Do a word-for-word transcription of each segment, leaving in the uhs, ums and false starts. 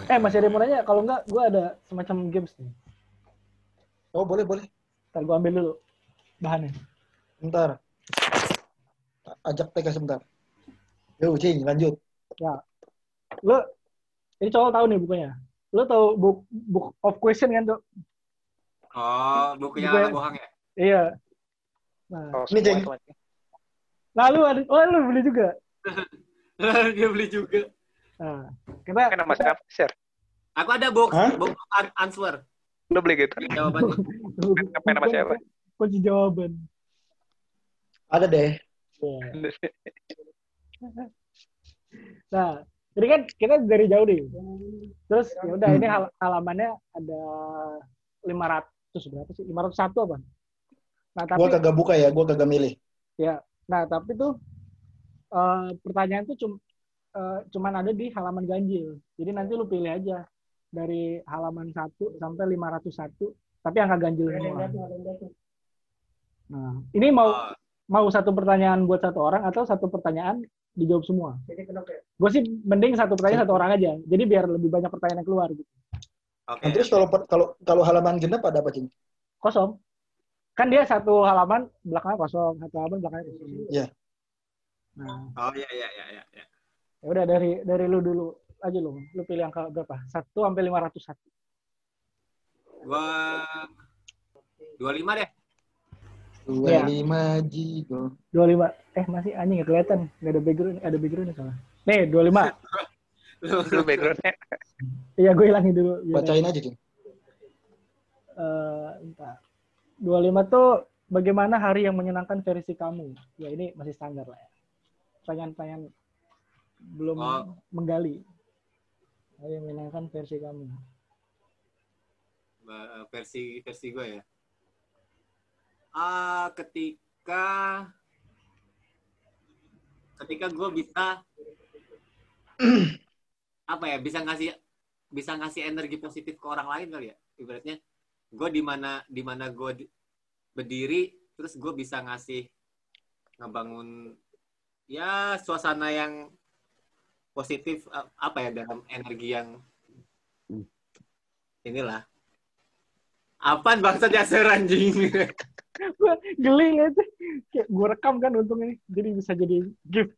Eh, masih ada yang mau nanya? Kalau enggak, gue ada semacam games nih. Oh, boleh, boleh. Ntar gue ambil dulu bahannya. Bentar. Ajak T K sebentar. Yo, Cing, lanjut. Ya. Lo, ini cowok tahu nih bukunya. Lo tahu book, book of question kan, Cok? Oh, bukunya Buku- Lala Bohang ya? Iya. Nah, Oh, Ini, semua Ceng. itu Mas. lalu ada, oh lu beli juga. Dia beli juga. Nah, kita, Kan nama kita siapa? Share. Aku ada box, Hah? box an- answer. Lu beli gitu? Jawabannya. Ngapain nama siapa? kunci jawaban. Ada deh. Iya. Nah, jadi kan kita dari jauh nih. Terus ya udah Hmm. ini hal- halamannya ada lima ratus berapa sih? lima ratus satu apa? Nah, tapi Gua kagak buka ya, gua kagak milih. ya, nah tapi tuh eh, pertanyaan tuh cum, eh, cuman ada di halaman ganjil. Jadi nanti lu pilih aja dari halaman satu sampai lima ratus satu, tapi angka ganjil semua. Nah, ini mau Oh, mau satu pertanyaan buat satu orang atau satu pertanyaan dijawab semua? Gue sih mending satu pertanyaan satu orang aja. Jadi biar lebih banyak pertanyaan yang keluar gitu. oke. Nah, terus kalau kalau kalau halaman genap ada apa, Cing? Kosong. Kan dia satu halaman belakangnya kosong, satu halaman belakangnya kosong. Iya. Nah, Oh iya iya iya iya. Ya. ya udah dari dari lu dulu aja lu. Lu pilih angka berapa? satu sampai lima ratus satu. Gua dua puluh lima deh. dua Iya. puluh lima jigo. dua puluh lima. Eh, masih anjing nggak kelihatan. Nggak ada background, ada backgroundnya soalnya. Nih, dua puluh lima. Lu backgroundnya. Iya, gue hilangin dulu. biar- Bacain aja, Cing. Eh, entar. dua puluh lima tuh bagaimana hari yang menyenangkan versi kamu? Ya ini masih standar lah ya. Pertanyaan-pertanyaan belum Oh. menggali. Hari yang menyenangkan versi kamu. Ba- versi versi gue ya. Ah, ketika ketika gue bisa apa ya bisa ngasih bisa ngasih energi positif ke orang lain kali ya, ibaratnya gue di mana di mana gue di- berdiri terus gue bisa ngasih ngebangun ya suasana yang positif, a- apa ya dalam energi yang inilah apaan bangsa jasa anjing. Gue geli liat. Kayak gue rekam kan untungnya. Jadi bisa jadi gift.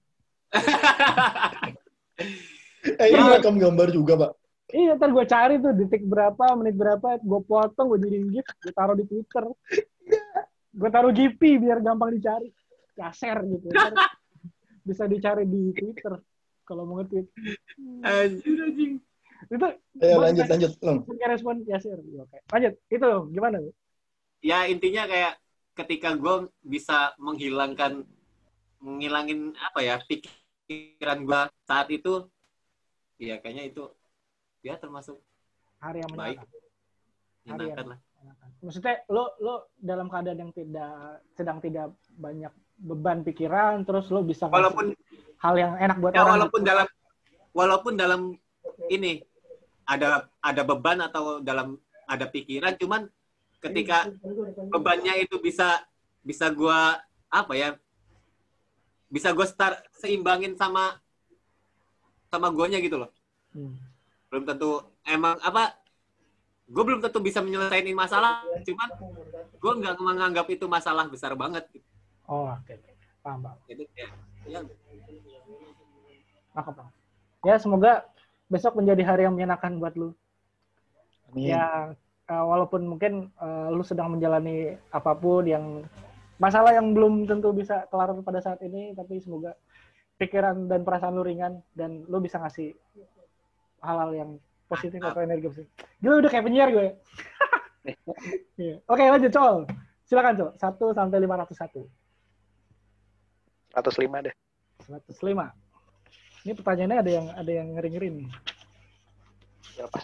Eh, ini rekam gambar juga, Pak. Iya, ntar gue cari tuh detik berapa, menit berapa, gue potong, gue jadiin gift, gue taruh di Twitter. Gue taruh G P biar gampang dicari. Ya, share gitu. Ntar bisa dicari di Twitter kalau mau nge-tweet. Anjing anjing. Itu Ayo gua lanjut, dikasih- lanjut, Long. Punya respon ya share. Oke. Lanjut. Itu gimana? Bu? Ya intinya kayak ketika gue bisa menghilangkan menghilangin apa ya pikiran gue saat itu, ya kayaknya itu ya termasuk Hari yang baik, menyenangkan. Hari yang menyenangkan lah. menyenangkan. Maksudnya lo lo dalam keadaan yang tidak sedang tidak banyak beban pikiran, terus lo bisa ngasih Walaupun hal yang enak buat ya orang. walaupun dalam walaupun dalam ini ada ada beban atau dalam ada pikiran, cuman ketika bebannya itu bisa bisa gue apa ya bisa gue start seimbangin sama sama guanya gitu loh. Hmm. Belum tentu emang apa gue belum tentu bisa menyelesaikan masalah, cuman gue nggak menganggap itu masalah besar banget gitu. Oh, oke. oke. Paham, paham. Jadi ya, ya Nangkep, Bang. Ya, semoga besok menjadi hari yang menyenangkan buat lu. Amin. Ya, eh, walaupun mungkin eh, lu sedang menjalani apapun yang masalah yang belum tentu bisa kelar pada saat ini, tapi semoga pikiran dan perasaan lu ringan dan lu bisa ngasih hal-hal yang positif Mantap. atau energi positif. Gila, udah kayak penyiar gue. Iya. Oke, lanjut, Col. Silakan, Col. satu sampai lima ratus satu. seratus lima deh. seratus lima. Ini pertanyaannya ada yang ada yang ngeri-ngeri nih. Berapa?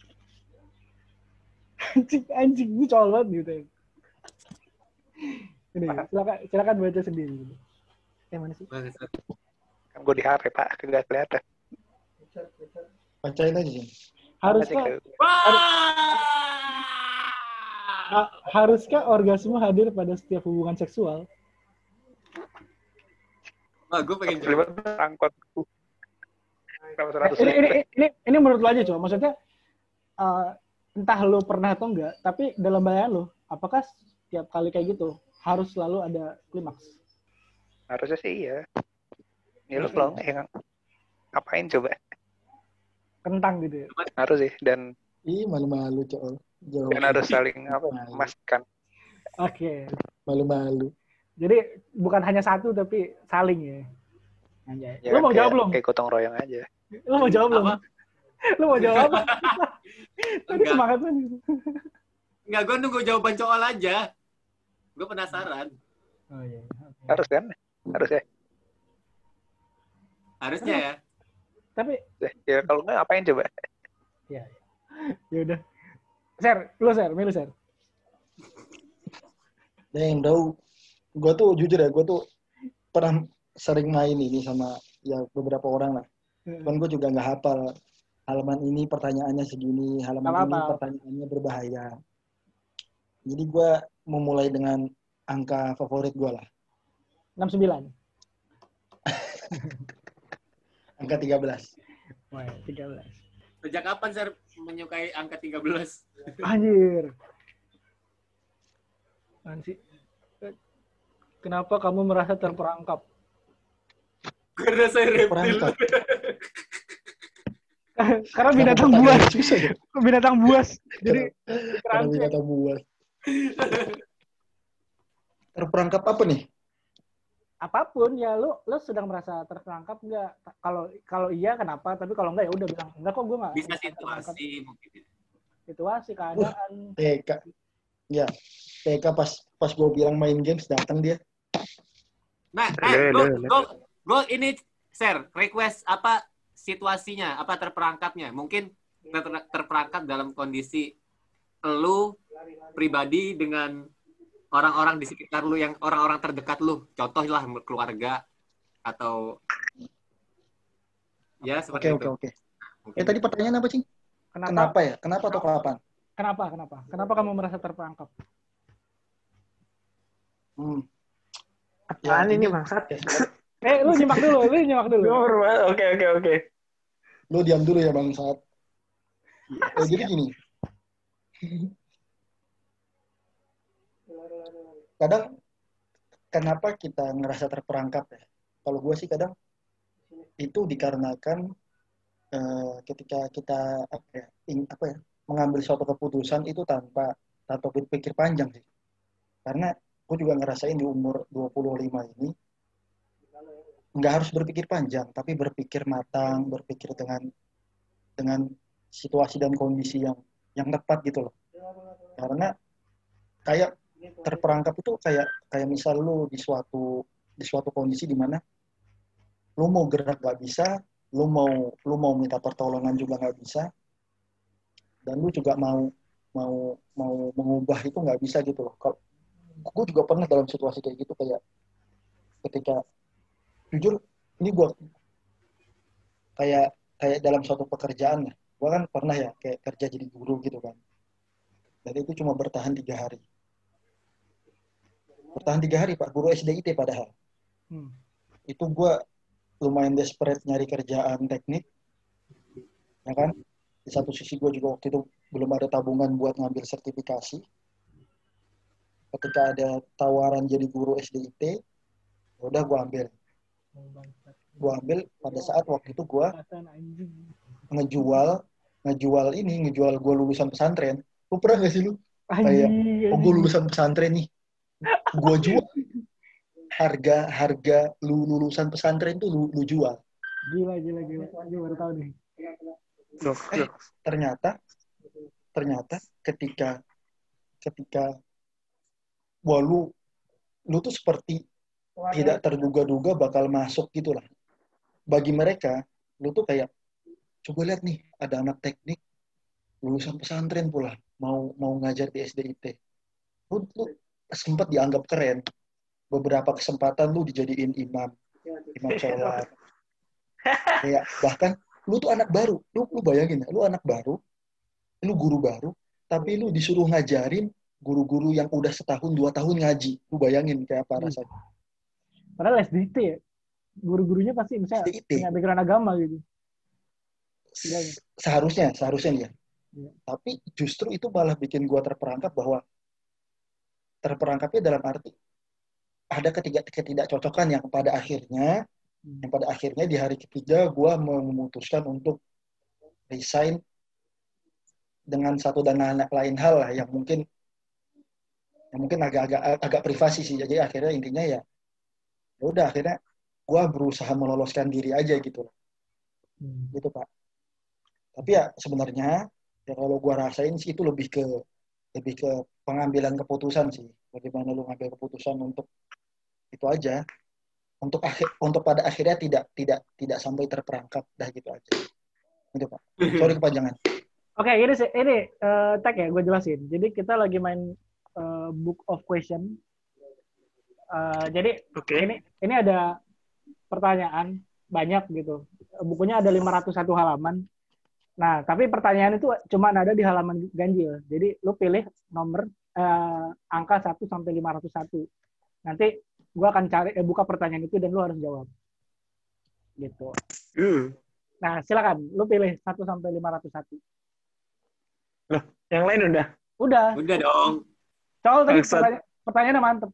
Anjing, anjing, ini Col banget gitu ya. Ini, silakan silakan baca sendiri. Eh, mana sih? bangsat. Kan gue di H P, Pak. Kagak kelihatan. Bacain aja, Cing. Haruskah Wah! ha- haruskah orgasme hadir pada setiap hubungan seksual? Wah, gue pengen seratus lima jawab. angkot. Kenapa Eh, seratus ini, ini, lima? ini, ini menurut lo aja coba. Maksudnya, eh, entah lo pernah atau enggak, tapi dalam bayangan lo, apakah setiap kali kayak gitu harus selalu ada klimaks? Harusnya sih iya. Ya lu Harusnya kalau iya. nggak ya nggak- ngapain coba? Kentang gitu ya. Harus sih dan Ih, malu-malu, Col. Jawab. dan harus saling apa Malu. memastikan. Oke. Malu-malu. Jadi bukan hanya satu tapi saling ya. Anjay. Ya Lu kan mau kayak, jawab belum? kayak gotong royong aja. Lu mau jawab belum? Apa? Lu mau jawab apa? Tadi Enggak. semangat banget. Enggak, gue nunggu jawaban Cool aja. Gue penasaran. Oh iya. Oke. Harus kan? Harus ya. Harusnya ya. Tapi Ya kalau nggak ngapain coba? ya, ya udah. Ser, lu Ser, milih Ser. Deng, tau. Gue tuh jujur ya, gue tuh pernah sering main ini sama ya beberapa orang lah. Cuman gue juga nggak hafal. Halaman ini pertanyaannya segini, halaman Nggak ini apa-apa. pertanyaannya berbahaya. Jadi gue memulai dengan angka favorit gue lah. enam puluh sembilan. Angka tiga belas. Wah, tiga belas. Sejak kapan saya menyukai angka tiga belas? Anjir. Nanti kenapa kamu merasa terperangkap? Karena saya reptil. Perangkap. Karena binatang Kenapa buas. pertanyaannya susah ya? Binatang buas. Jadi Karena terangkap. binatang buas. Terperangkap apa nih? Apapun ya lu lu sedang merasa terperangkap enggak? Kalau kalau iya kenapa? Tapi kalau enggak ya udah bilang enggak kok gue enggak. Bisa nggak terperangkap." situasi mungkin. Situasi keadaan. T K. Ya, T K pas pas gue bilang main games datang dia. Nah, Ada, eh, ada, gue ada. gue gue ini share request apa situasinya, apa terperangkapnya? Mungkin ter- terperangkap dalam kondisi lu pribadi dengan orang-orang di sekitar lu yang orang-orang terdekat lu. Contoh lah keluarga atau ya Oke seperti oke itu. oke. Mungkin. Eh tadi pertanyaan apa sih? Kenapa? Kenapa ya? Kenapa atau kapan? Kenapa? Kenapa? Kenapa kamu merasa terperangkap? Hmm. Apaan Ya, ini ini- bangsat? Eh, lu nyimak dulu, lu nyimak dulu. Oke oke oke. Lu diam dulu ya Bang Saat. Eh, jadi gini. Kadang kenapa kita ngerasa terperangkap ya? Kalau gue sih kadang itu dikarenakan eh, ketika kita apa ya, ing- apa ya, mengambil suatu keputusan itu tanpa tanpa berpikir panjang sih. Karena gue juga ngerasain di umur dua puluh lima ini nggak harus berpikir panjang, tapi berpikir matang, berpikir dengan dengan situasi dan kondisi yang yang tepat gitu loh. Karena kayak terperangkap itu kayak kayak misal lu di suatu di suatu kondisi di mana lu mau gerak gak bisa, lu mau lu mau minta pertolongan juga nggak bisa, dan lu juga mau mau mau mengubah itu nggak bisa gitu loh. Kalau gue juga pernah dalam situasi kayak gitu, kayak ketika jujur ini gue kayak kayak dalam suatu pekerjaan ya, gue kan pernah ya kayak kerja jadi guru gitu kan, dan itu cuma bertahan tiga hari bertahan tiga hari Pak, guru S D I T padahal. Hmm. Itu gue lumayan desperate nyari kerjaan teknik, ya kan. Di satu sisi gue juga waktu itu belum ada tabungan buat ngambil sertifikasi. Ketika ada tawaran jadi guru S D I T, udah gue ambil. Gue ambil pada saat waktu itu gue ngejual ngejual ini, ngejual gue lulusan pesantren. Lu pernah gak sih lu? Kayak, oh gue lulusan pesantren nih, gue jual. Harga harga lu lulusan pesantren tuh lu, lu jual. Gila, gila, gila. Gue baru tahu nih. Eh, ternyata ternyata ketika ketika wah lu lu tuh seperti tidak terduga-duga bakal masuk gitu lah. Bagi mereka, lu tuh kayak coba lihat nih, ada anak teknik lulusan pesantren pula mau mau ngajar di S D I T. Lu, lu sempat dianggap keren. Beberapa kesempatan lu dijadiin imam, imam sholat. Kayak bahkan lu tuh anak baru, lu lu bayangin ya, lu anak baru, lu guru baru, tapi lu disuruh ngajarin guru-guru yang udah setahun dua tahun ngaji. Lu bayangin kayak apa rasanya. Padahal S D I T ya. Guru-gurunya pasti misalnya S D I T. punya background agama gitu. Bilangnya. seharusnya, seharusnya ya. Iya. Tapi justru itu malah bikin gue terperangkap bahwa terperangkapnya dalam arti ada ketiga ketidakcocokan yang pada akhirnya, Hmm. yang pada akhirnya di hari ketiga gue memutuskan untuk resign dengan satu dan lain hal lah yang mungkin yang mungkin agak-agak agak privasi sih. Jadi akhirnya intinya ya, ya udah akhirnya gue berusaha meloloskan diri aja gitu, Hmm. gitu Pak. Tapi ya sebenarnya ya kalau gue rasain sih itu lebih ke lebih ke pengambilan keputusan sih. Bagaimana lu ngambil keputusan untuk itu aja. Untuk akhir untuk pada akhirnya tidak tidak tidak sampai terperangkap dah gitu aja. Gitu Pak. Sorry kepanjangan. Oke, ini sih ini eh, tag ya, gue jelasin. Jadi kita lagi main eh, book of question. Eh, jadi Oke. ini ini ada pertanyaan banyak gitu. Bukunya ada lima ratus satu halaman. Nah, tapi pertanyaan itu cuma ada di halaman ganjil. Jadi lu pilih nomor eh, angka satu sampai lima ratus satu. Nanti gua akan cari eh, buka pertanyaan itu dan lu harus jawab. Gitu. Uh. Nah, silakan lu pilih satu sampai lima ratus satu. Loh, yang lain udah. Udah. Udah dong. Soal tadi Bangsat. pertanya- pertanyaannya mantep.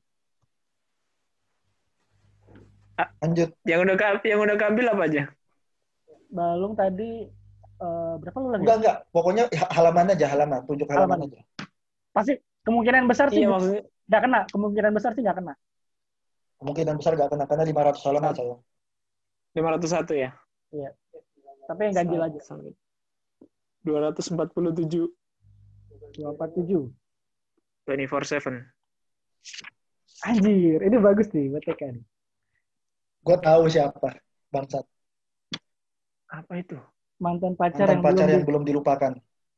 Lanjut. Yang udah ka- yang udah keambil apa aja? Balung tadi eh, berapa lu lagi? Enggak enggak. Pokoknya halaman aja halaman. Tunjuk halaman, Halaman. aja. Pasti kemungkinan besar sih Iya maksudnya nggak kena. Kemungkinan besar sih nggak kena. Kemungkinan besar nggak kena karena lima ratus halaman saya. lima ratus satu ya. Tapi yang ganjil aja. dua ratus empat puluh tujuh. dua empat tujuh. dua puluh empat tujuh. Anjir, ini bagus nih buat T K nih. Gue tahu siapa bangsat. Apa itu? Mantan pacar Mantan yang pacar belum yang di- belum dilupakan.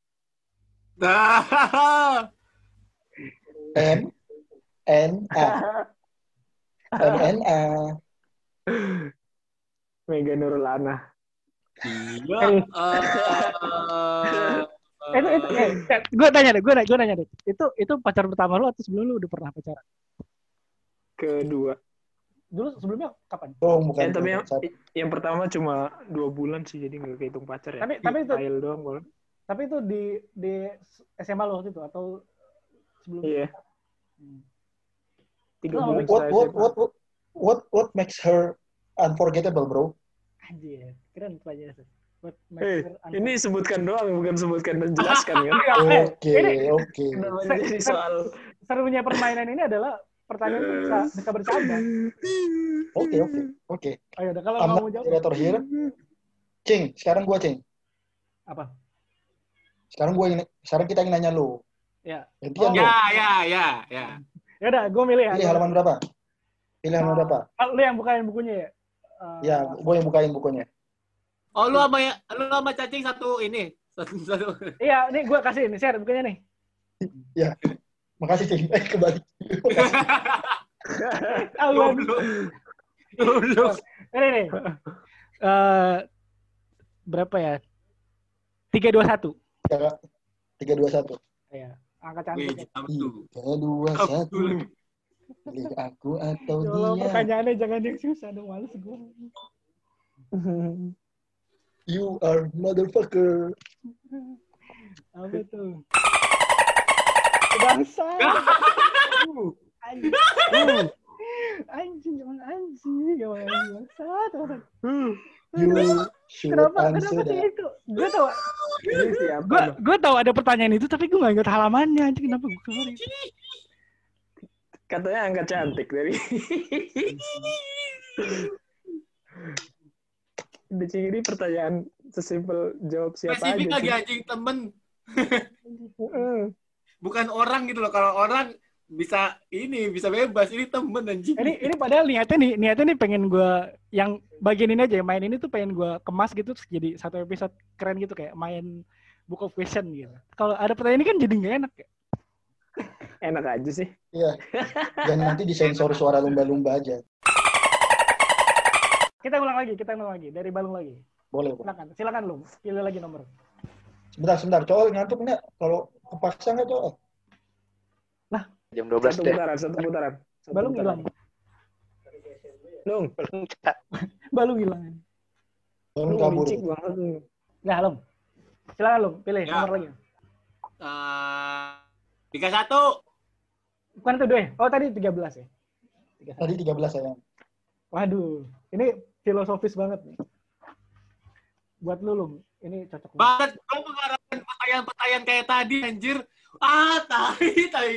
Nah. N N A N N A. Mega Nurul Ana. Iya. Eh. eh, itu itu eh, gue tanya deh, gue gue nanya deh. Itu itu pacar pertama lu atau sebelum lu udah pernah pacaran? Kedua. Dulu sebelumnya kapan? Oh, bukan. Eh, tapi yang, Satu. yang pertama cuma dua bulan sih, jadi nggak kehitung pacar ya. Tapi tapi itu Trial doang boleh. tapi itu di di S M A lu waktu itu atau sebelumnya? Iya. Hmm. Tiga Oh, bulan What setelah what S M A. what what what what makes her unforgettable, bro? Anjir, keren pelajaran. Buat Eh, master ini sebutkan doang, bukan sebutkan dan jelaskan kan. Eh, Oke, ini oke. Kenapa Se- jadi se- soal serunya permainan ini adalah pertanyaan itu bisa bisa bercanda. Oke, oke, oke. Ayo, udah kalau I'm mau not jawab moderator here. Cing, sekarang gua Cing. apa? Sekarang gua ini, sekarang kita ingin nanya lu. Ya, Gantian Oh, lu. Ya, ya, ya, ya. ya udah, gue milih ya. Pilih halaman berapa? Pilih halaman berapa? Ah, lu yang bukain bukunya ya? Eh, Ya, gua yang bukain bukunya. Oh, lu sama ya, lu sama cacing satu ini. Satu satu. Iya, nih gue kasih nih share bukunya nih. Ya. Makasih Cing. Eh, kembali. Awan. Goblok. Goblok. Ini nih. Eh berapa ya? tiga dua satu. Tiga dua satu. Iya, angka Wih, cantik. jam tuh. Tiga dua satu. Pilih aku atau Kalau dia. pertanyaannya jangan yang susah dong, males gue. You are motherfucker. Apa tuh? Bangsa. Anjing. Anjing, jangan anjing. Jangan anjing. Bangsa. You should Kenapa? answer Kenapa sih that. itu? Gue tau. ini siapa? Gue gue tau ada pertanyaan itu, tapi gue gak ingat halamannya. Anjing, kenapa gue keluarin? Katanya angkat cantik dari. Di sini pertanyaan sesimpel jawab siapa Spesifik aja. lagi sih. anjing temen. Heeh. Bukan orang gitu loh. Kalau orang bisa ini, bisa bebas. Ini temen anjing. Ini ini padahal niatnya nih, niatnya nih pengen gue yang bagian ini aja, main ini tuh pengen gue kemas gitu terus jadi satu episode keren gitu kayak main Book of Question gitu. Kalau ada pertanyaan ini kan jadi nggak enak ya. Enak aja sih. Iya. Dan nanti disensor suara lumba-lumba aja. Kita ulang lagi, kita ulang lagi dari Balung lagi. Boleh, Bro. Silakan, silakan lu, pilih lagi nomor. Sebentar, sebentar. Cowok ngantuk nggak? Kalau kepaksa nggak, cowok? Jam dua belas Satu deh. putaran, satu putaran. Satu Balung putaran. hilang, Lung, Balung hilang. Balung lu kabur. licik banget lu. Nah, Lum. Silakan Lum, pilih Ya. nomor lagi. Uh, tiga puluh satu. Bukan itu deh. Oh, tadi tiga belas ya. tiga puluh satu. Tadi tiga belas sayang. Waduh, ini filosofis banget nih. Buat lu, Lum. Ini cocok banget. Banget, gue mengharapkan pertanyaan-pertanyaan kayak tadi, anjir. Ah, tai, tai.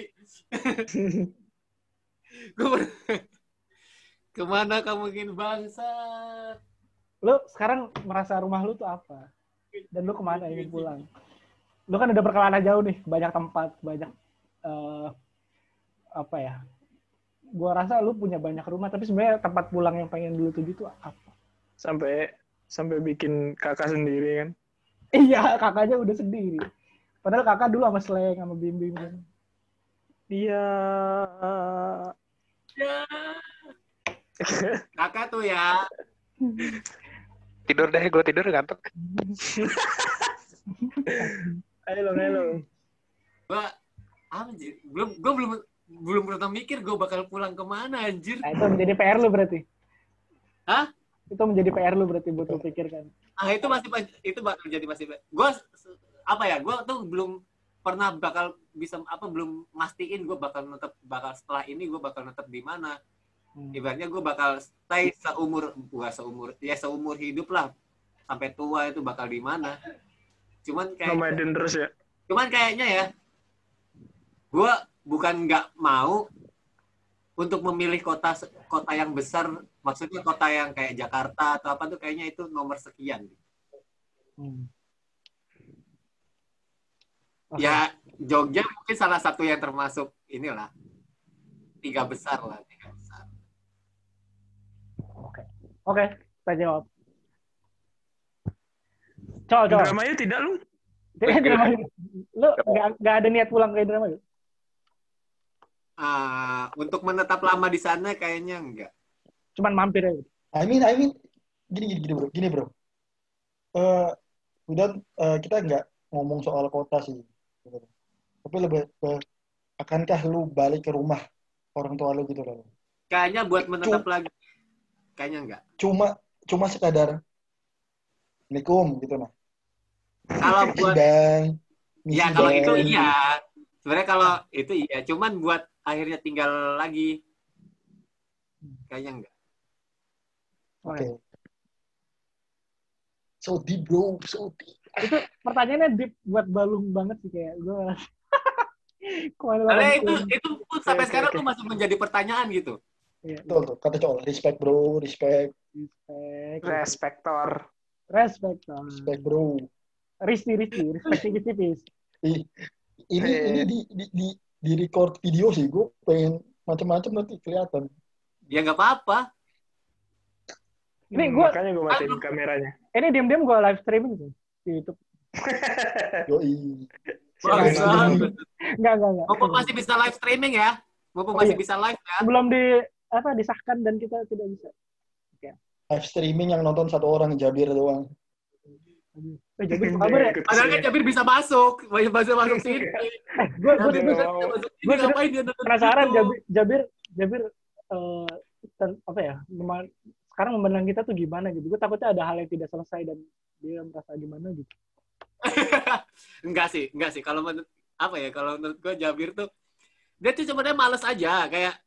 Kemana kamu ingin bangsat? Lu sekarang merasa rumah lu tuh apa? Dan lu kemana ingin pulang? Lu kan udah berkelana jauh nih, banyak tempat, banyak uh, apa ya? Gua rasa lu punya banyak rumah, tapi sebenarnya tempat pulang yang pengen dulu tuju tuh apa? Sampai sampai bikin kakak sendiri kan. Iya, kakaknya udah sendiri. Padahal kakak dulu sama Sleng, sama Bim Bim. Iya. Ya. Kakak tuh ya. Tidur deh, gue tidur ngantuk. Ayo Long, ayo Long. Gue, anjir, belum, gue belum, belum pernah mikir gue bakal pulang kemana, anjir. Nah, itu menjadi P R lu berarti. Hah? Itu menjadi P R lu berarti buat lu pikirkan. Ah itu masih itu bakal jadi masih. Gue apa ya? Gue tuh belum pernah bakal bisa apa belum mastiin gue bakal netep bakal setelah ini gue bakal netep di mana. Hmm. Ibaratnya gue bakal stay seumur gua seumur ya seumur hidup lah sampai tua itu bakal di mana. Cuman kayak nomaden terus ya. Cuman kayaknya ya gue bukan nggak mau untuk memilih kota kota yang besar, maksudnya kota yang kayak Jakarta atau apa tuh kayaknya itu nomor sekian. Hmm. Okay. Ya Jogja mungkin salah satu yang termasuk inilah tiga besar lah tiga besar. Oke, okay. oke, okay, kita jawab. Coba, coba. Indramayu tidak lu? Indramayu. Lu nggak nggak ada niat pulang ke Indramayu? Uh, untuk menetap lama di sana kayaknya enggak. Cuman mampir aja. I mean, I mean, gini, gini, gini bro, gini bro. Uh, udah uh, kita nggak ngomong soal kota sih, tapi lebih ke akankah lu balik ke rumah orang tua lu gitu loh? Kayaknya buat menetap cuma, lagi, kayaknya enggak. Cuma, cuma sekadar, Assalamualaikum gitu nah. Kalau buat, bang, ya kalau itu iya. Sebenarnya kalau itu iya, cuman buat akhirnya tinggal lagi, kayaknya enggak. Oke. Okay. So deep bro, so deep. Itu pertanyaannya deep buat balung banget sih kayak gue. Karena itu itu pun sampai okay, sekarang okay. tuh masih menjadi pertanyaan gitu. Iya. Betul tuh, kata cowok, respect bro, respect. Respect. Respektor. Respektor. Respect bro. Risti, risti, respect tipis-tipis. Ini hey. ini di, di di di record video sih, gue pengen macam-macam nanti kelihatan. Ya nggak apa-apa. Ini gue makanya gue matiin Aduh. kameranya. Ini diam-diam gue live streaming tuh di YouTube. Yoi. Enggak, enggak, enggak. Mumpung masih bisa live streaming ya. Mumpung oh, masih iya. bisa live ya. Belum di apa disahkan dan kita tidak bisa. Oke. Okay. Live streaming yang nonton satu orang, Jabir doang. Eh, Jabir kabar ya? Padahal kan Jabir bisa masuk, bisa masuk masuk sini. Gue gue gue ngapain dia penasaran Jabir Jabir Jabir uh, ten, apa ya? Sekarang memandang kita tuh gimana gitu. Gue takutnya ada hal yang tidak selesai dan dia merasa gimana gitu. Enggak sih, enggak sih. Kalau menurut apa ya? Kalau menurut gue Jabir tuh dia tuh sebenarnya males aja, kayak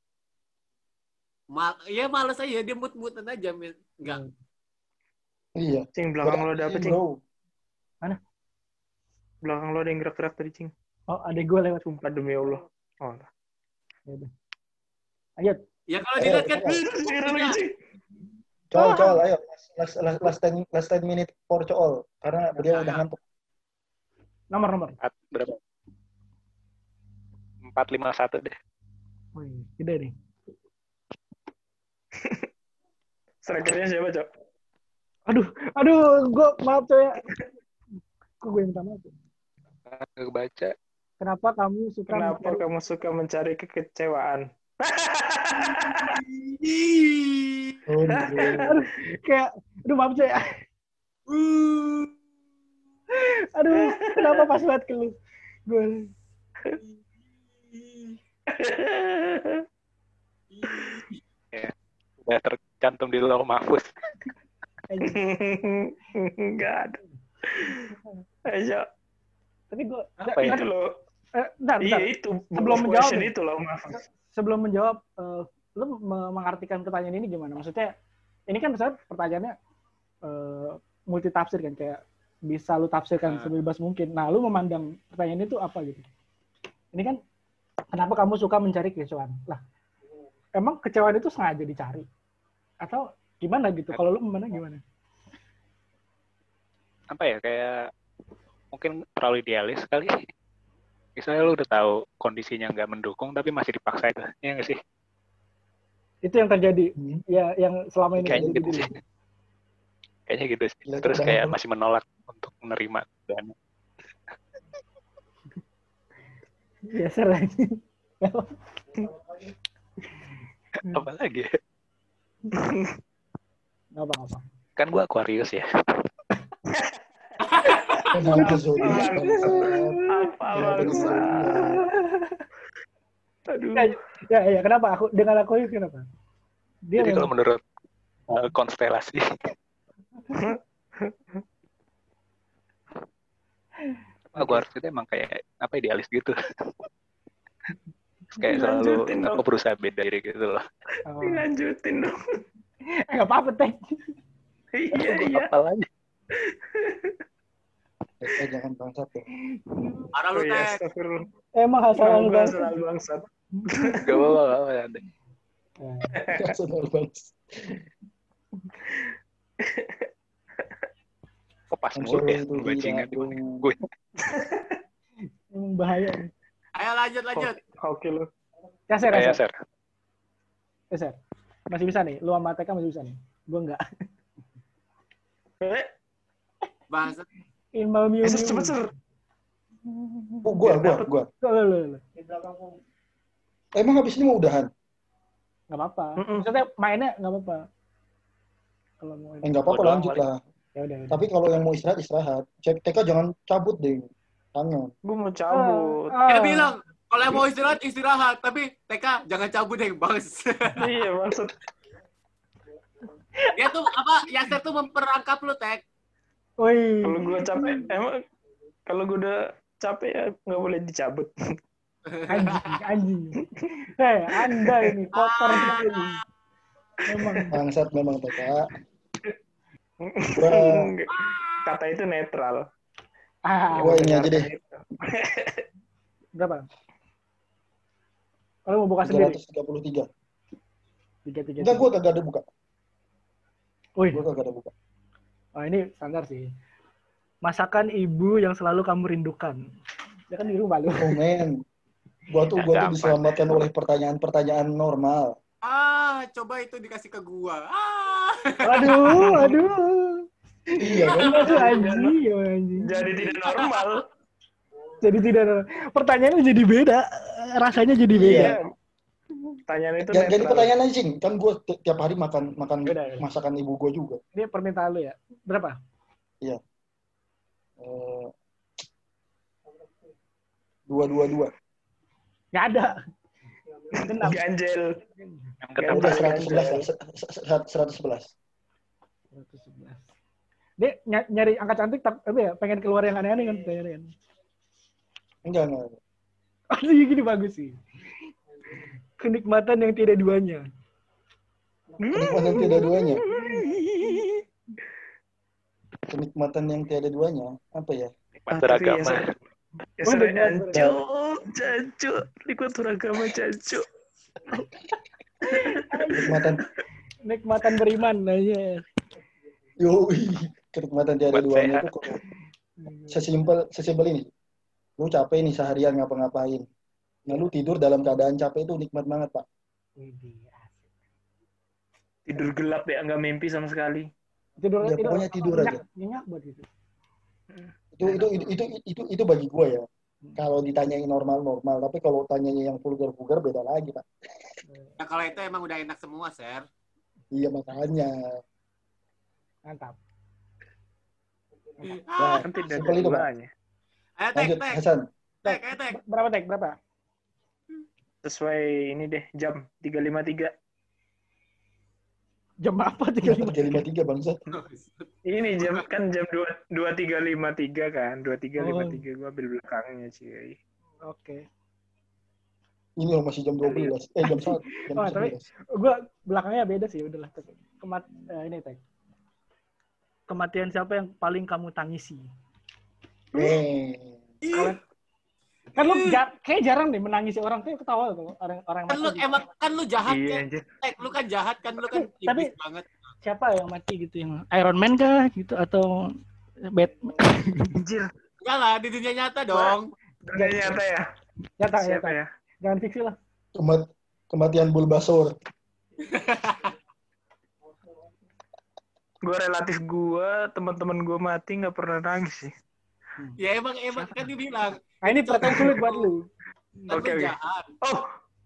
mal, ya males aja, dia mut-mutan aja, enggak. Hmm. Iya. Cing, belakang lo ada apa, Cing? Bro. Mana? Belakang lo ada yang gerak-gerak tadi, Cing. Oh, ada gue lewat sumpah. Demi Allah. Oh, ya udah. Ayo. Ya kalau dilihat kan. Cool, cool, ayo. Last, last, last, ten, last ten minute for Cool. Karena beliau udah ngantuk. Nomor, nomor. Berapa? empat lima satu deh. Wih, gede nih. Strikernya siapa, Cok? Aduh, aduh, gue maaf coy. Kok gue yang minta maaf? Nggak baca. Kenapa kamu suka? Kenapa mencari... kamu suka mencari kekecewaan? Oh, aduh, kayak, aduh maaf coy. Aduh, kenapa pas banget ke lu? Gue. Ya, udah tercantum di Lauh Mahfuz. Enggak ada. Ayo, Tapi gue Apa itu ya? loh. eh, bentar, bentar. Iya itu. Sebelum Sebelum menjawab question nih. itu loh, maaf. Sebelum menjawab, eh, lu me- mengartikan pertanyaan ini gimana? Maksudnya, ini kan misalnya pertanyaannya eh, multi tafsir kan, kayak bisa lu tafsirkan Ah. sebebas mungkin. Nah, lu memandang pertanyaan itu apa gitu? Ini kan, kenapa kamu suka mencari kekecewaan? Lah, emang kekecewaan itu sengaja dicari? Atau gimana gitu? Kalau lu memandang gimana? Apa ya, kayak mungkin terlalu idealis kali. Misalnya lu udah tahu kondisinya nggak mendukung tapi masih dipaksa itu, ya nggak sih? Itu yang terjadi, Hmm. ya yang selama ini Kayaknya terjadi gitu dulu. sih. Kayaknya gitu sih. Gila, Terus itu kayak banget. masih menolak untuk menerima dan Iya, sering. apa lagi? ya? Nggak apa-apa. Kan gua Aquarius ya. Kenapa zodiak Apa bangsat? Apa Kenapa di bangsa? zodiak? Aduh. Ya, ya, ya, kenapa aku dengan aku itu kenapa? Dia Jadi kalau memang menurut uh, konstelasi, Aquarius itu emang kayak apa idealis gitu. Terus kayak selalu Lanjutin apa dong. berusaha beda diri gitu loh. oh, Lanjutin dong. eh, nggak apa-apa teh. Iya, Gua iya. hafal aja. Eh, jangan bangsat ya. Parah Oh lu, iya, Teh. astagfirullah. Emang hasalan Gue banget. selalu bangsat. Gak apa-apa, gak apa-apa. Ada. Personal banget. Kok pas I'm mulu sorry ya itu bajingan tidak di mana? dong. Gue Emang bahaya. nih. Ayo lanjut, lanjut. Oke lo. Ya, Ser, ya, kayak Ser. ser. Ya, Ser. Masih bisa nih. Lu sama T K masih bisa nih. Gue enggak. Eh, Bangsa. Inmal miu bisa miu. cepet ser. Oh, gua, gua, gua. Lo, lo, lo, lo. Emang habis ini mau udahan? Nggak apa-apa. Mm-mm. Maksudnya mainnya nggak apa-apa. Kalau mau Eh, nggak apa-apa, Gua doang lanjut paling. lah. ya udah. udah. Tapi kalau yang mau istirahat, istirahat. Cek T K jangan cabut deh. Tangan. Gue mau cabut. Ah, Dia bilang, kalau yang mau istirahat, istirahat. Tapi T K, jangan cabut deh, Bangs. Iya maksud. Dia tuh, apa, Yaser tuh memperangkap lu, Tek. Woi. Kalau gue capek, emang kalau gue udah capek ya nggak boleh dicabut. Anjing, anjing. Hei, Anda ini kotor sekali. Memang. Bangsat memang T K. Gua, Kata itu netral. Ah, Gua ini aja deh. berapa? Kalau mau buka tiga sendiri? ratus tiga puluh tiga. Tiga, tiga, Enggak, tiga. gua kagak ada buka. Wih, Gua kagak ada buka. oh ini standar sih. Masakan ibu yang selalu kamu rindukan. Ya kan di rumah lu. Oh men. Gua tuh, gua tuh Gampang. diselamatkan oleh pertanyaan-pertanyaan normal. Ah, coba itu dikasih ke gua. Ah. Aduh, aduh. Iya kan? Aduh, anjing, anjing. Jadi tidak normal. Jadi tidak pertanyaannya jadi beda. Rasanya jadi beda. Iya. Pertanyaan itu Jangan ganti netral. pertanyaan aja, Cing. Kan gua ti- tiap hari makan makan Beda, ya? masakan ibu gua juga. Ini permintaan lu ya. Berapa? Eh, dua dua dua. Nggak ada. Genap. Ganjel. Yang Ya kenapa? udah seratus sebelas lah. seratus sebelas. seratus sebelas. Dia ny- nyari angka cantik tapi apa ya, pengen keluar yang aneh-aneh kan kayaknya kan. Enggak, enggak. Oh, iya, gini bagus sih. Kenikmatan yang tidak duanya. Kenikmatan yang tiada duanya. Kenikmatan yang tiada duanya. Apa ya? Nikmat Ah, tapi beragama. ya, Ser. Ya Oh, ser, benar, jancu, jancu, ikut agama jancu. Kenikmatan. Nikmatan beriman aja. Yoi. Kenikmatan tiada Buat duanya sehat. itu kalau sesimpel sesimpel ini. Lu capek nih seharian ngapa-ngapain. Nah, lu tidur dalam keadaan capek itu nikmat banget, Pak. Tidur gelap ya, nggak mimpi sama sekali. Tidur Ya, tidur pokoknya tidur nyenyak, aja. nyenyak buat gitu. Itu itu itu itu itu, itu bagi gua ya. Kalau ditanyain normal-normal, tapi kalau tanyanya yang vulgar-vulgar beda lagi, Pak. Ya kalau itu emang udah enak semua, Ser. Iya, makanya. Mantap. Ah, Kan tidak ada simpel itu, Pak. duanya. ayo Tek, Lanjut, Tek, Hasan. Tek, ayo Tek. Berapa tek? Berapa? Sesuai ini deh, jam tiga lima tiga. Jam apa tiga lima tiga lima tiga bangsat. Ini jam kan jam dua dua tiga lima tiga kan, dua tiga lima Oh. tiga gue ambil belakangnya cuy. Oke. Ini loh masih jam dua belas. Eh jam satu. Jam Oh, tapi sebelas. gue belakangnya beda sih, udahlah. Kemat eh, ini teh. Kematian siapa yang paling kamu tangisi? Eh. Kalian- kan lu ja- kayak jarang deh menangisi orang tuh ketawa tuh orang orang Kan lu mati. emang kan lu jahat Iya kan? anjir. Eh, lu kan jahat kan, lu kan Tapi- iblis banget. Siapa yang mati gitu, yang Iron Man kah gitu atau Batman? Anjir. Enggak lah, di dunia nyata dong. Dunia nyata ya? Nyata, Siapa nyata. ya? Jangan fiksi lah. Kemat kematian Bulbasaur. Gue relatif gue, teman-teman gue mati nggak pernah nangis sih. Ya emang emang kan dibilang. Nah, ini pertanyaan sulit buat lu. Kan Oke, lu oke. jahat. Oh,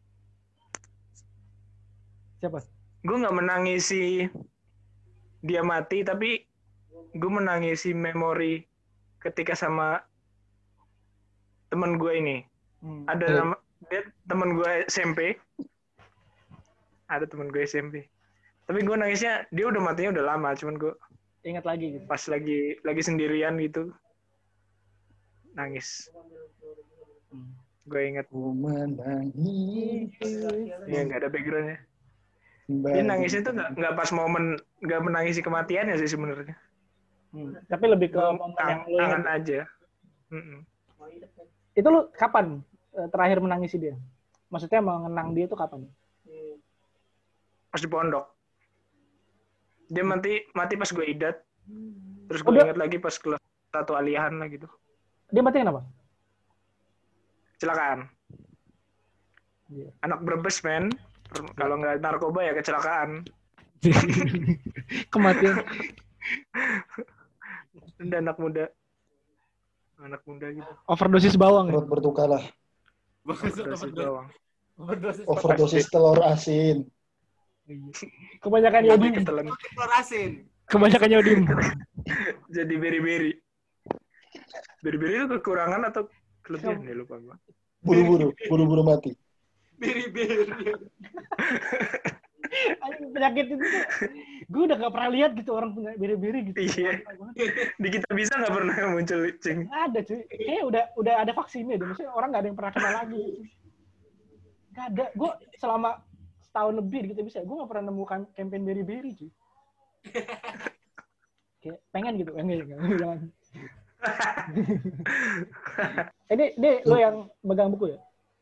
Siapa? gue nggak menangisi dia mati, tapi gue menangisi memori ketika sama teman gue ini. Hmm. Ada Oh. nama dia teman gue S M P. Ada teman gue S M P. Tapi gue nangisnya dia udah matinya udah lama, cuman gue Ingat lagi gitu. pas lagi lagi sendirian gitu nangis. Hmm. Gue inget Ku menangis. ya nggak ada backgroundnya. Dia Dia nangisnya tuh nggak nggak pas momen nggak menangisi kematiannya sih sebenarnya. Hmm. Tapi lebih ke momen yang lu Kangen ingat. aja. Mm-mm. Itu lu kapan eh, terakhir menangisi dia? Maksudnya mengenang dia itu kapan? Pas di pondok. Dia mati mati pas gue idat. Terus Oh, gue dia- ingat lagi pas kelas satu alihan lah gitu. Dia mati kenapa? Kecelakaan. Iya. Anak Brebes men. Kalau nggak narkoba ya kecelakaan. Kematian. Dan anak muda. Anak muda gitu. Overdosis bawang ya? perut bertukalah. Overdosis bawang. Overdosis. Overdosis telur asin. Kebanyakan Tapi yodim. ketelan. Telur asin. Kebanyakan yodim. Jadi beri-beri. Beri-beri itu kekurangan atau kelebihan ya lupa gua. Buru-buru, buru-buru mati. Biri-biri. Anjing, penyakit itu tuh, gue udah gak pernah lihat gitu orang punya biri-biri gitu. Iya. Di kita bisa nggak pernah muncul cing. Nggak ada cuy. Kayaknya udah udah ada vaksinnya deh. Maksudnya orang nggak ada yang pernah kena lagi. Gak ada. Gue selama setahun lebih gitu bisa. Gue gak pernah nemukan campaign biri-biri cuy. Kayak pengen gitu. Enggak, enggak, jangan. Ini, ini lo yang megang buku ya?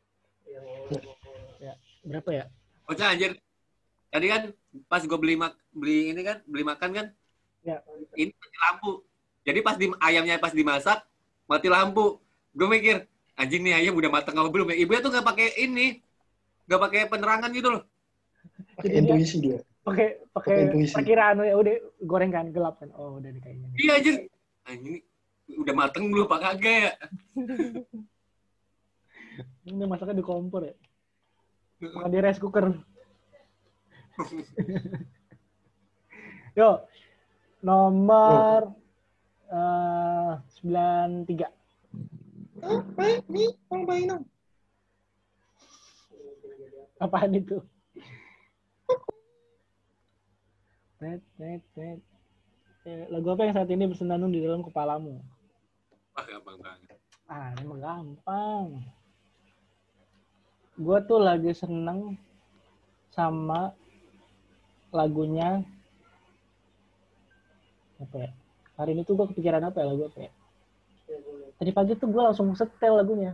Ya. Berapa ya? Bocah anjir. Tadi kan pas gue beli mak beli ini kan, beli makan kan. Ya. Ini mati lampu. Jadi pas di ayamnya pas dimasak mati lampu. Gue mikir, anjing nih ayam udah matang apa belum ya? Ibunya tuh nggak pakai ini. Nggak pakai penerangan gitu loh. Pakai Jadi dia- intuisi dia. Pakai pakai Pakai intuisi. perkiraan ya udah goreng kan gelap kan. Oh, udah nih kayaknya. nih. Iya anjir. Anjing ini udah mateng belum apa kagak ya? Ini masaknya di kompor ya. Bukan di rice cooker. Yo, nomor eh, sembilan tiga. Ah, baik nih, orang baik dong. Apaan itu? Tet, tet, tet. Eh, lagu apa yang saat ini bersenandung di dalam kepalamu? Wah gampang banget. Ah, ini mah gampang. Gue tuh lagi seneng sama lagunya apa ya? Hari ini tuh gue kepikiran apa ya lagu apa ya? Tadi pagi tuh gue langsung setel lagunya.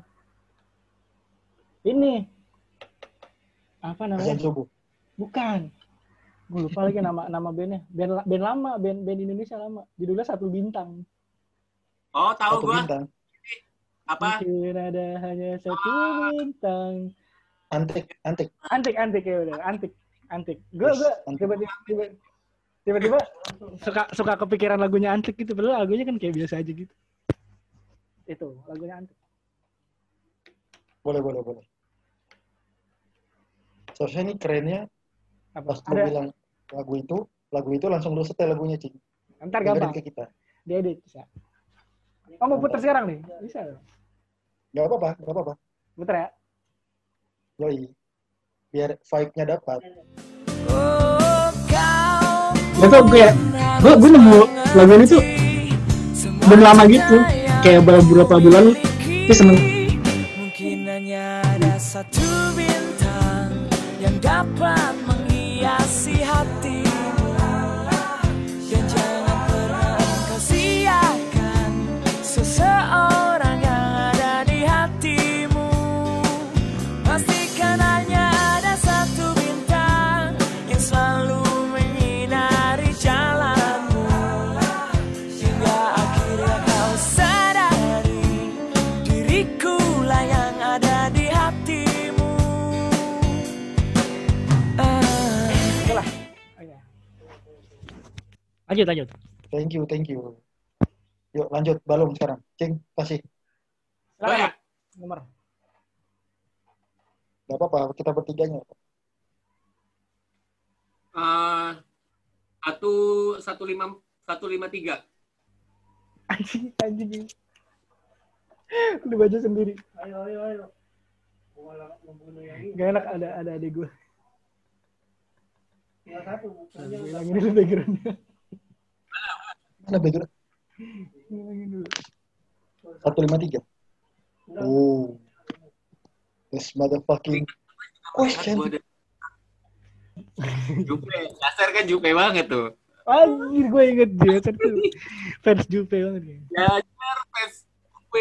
Ini apa Azan namanya? subuh. Bukan. Gue lupa lagi nama nama bandnya. Band band lama, band band Indonesia lama. Judulnya Satu Bintang. Oh tahu Satu gua bintang. apa? Mungkin ada hanya satu bintang. Antik, antik. Antik, antik ya udah, antik, antik. Gue gue Antik. tiba-tiba tiba- tiba-tiba suka suka kepikiran lagunya antik gitu. Padahal lagunya kan kayak biasa aja gitu. Itu lagunya antik. Boleh, boleh, boleh. Seharusnya ini kerennya Apa? pas lu Ada bilang lagu itu, lagu itu langsung lu setel lagunya, Cing. ntar Dengerin gampang. ke kita. Diedit bisa. Oh mau puter sekarang nih? Bisa. Gak apa-apa, gak apa-apa. Puter ya. Yoi. Biar vibe-nya dapat. Oh, kau Gak tau gue ya, gue gue nemu lagu ini tuh belum lama gitu, kayak beberapa bulan, tapi seneng. Mungkin hanya ada satu bintang yang dapat menghiasi hatimu, dan jangan pernah kau siakan seseorang yang ada di hatimu. Pastikan hanya ada satu bintang yang selalu menyinari jalanmu, hingga akhirnya kau sadari diriku lah yang ada di hatimu. Ah. Oke lah. Oke. Lanjut lanjut. Thank you, thank you. Yuk lanjut, Balung sekarang. Cing, kasih. Oh ya, Nomor. Gak apa-apa, kita bertiganya. eh, satu satu lima satu lima tiga. Anjing anjing. Lu baca sendiri. Ayo ayo ayo. Gak enak ada ada adik gue. Ya satu. Hilangin dulu backgroundnya. Mana background? Hilangin dulu. satu lima tiga. Oh. This motherfucking question. Jupe, dasar kan Jupe banget tuh. Anjir gue inget dia tuh. Fans Jupe banget. Dasar fans Jupe.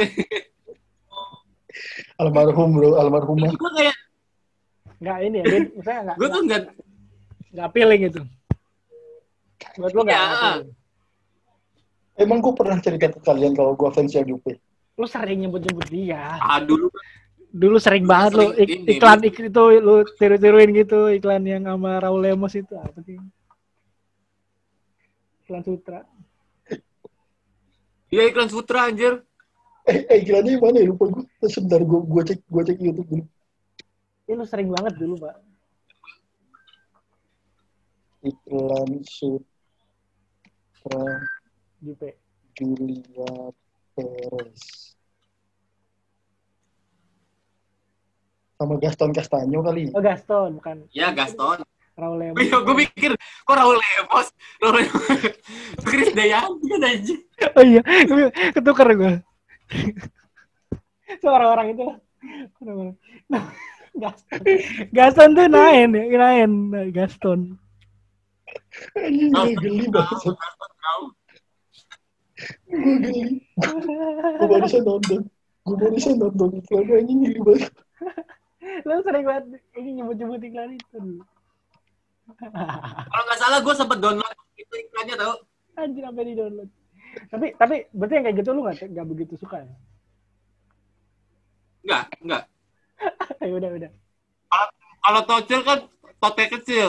Almarhum bro, almarhumah. Gue kayak, Enggak ini ya, dia misalnya enggak gue tuh nggak, enggak feeling gitu. Buat gue enggak. Iya. Emang gue pernah cerita ke kalian kalau gue fansnya Jupe. Lu sering nyebut-nyebut dia. ah dulu Dulu sering banget lu Sering ik- ini, iklan ik- itu lu tiru-tiruin gitu, iklan yang sama Raul Lemos itu apa sih? Iklan Sutra. dia iklan Sutra anjir. Eh, eh iklannya mana ya? Lupa gue. Sebentar gue gue cek gue cek YouTube dulu. Ini lu sering banget dulu, Pak. Iklan Sutra Jupe. Julia Perez. Sama Gaston Castanyo kali. Oh, Gaston, bukan Ya Gaston. Raul Lemos. Gue mikir kok Raul Lemos, Raul Lemos, Chris Dayanti kan anjir. Oh iya, ketukar gue. So, orang-orang itu lah. Orang-orang. Nah, Gaston. Gaston tuh Naen ya, Naen. Gaston. Anjing gue geli banget. Gaston kau. Gue geli. Gue barusan nonton. Gue barusan nonton iklannya anjing geli banget. Lu sering banget ini nyebut-nyebut iklan itu. Kalau nggak salah gue sempet download itu iklannya tau. Anjir sampai di download. Tapi tapi berarti yang kayak gitu lu nggak nggak begitu suka ya? Enggak, enggak. Ya udah udah. Kalau kalau tocil kan tote kecil.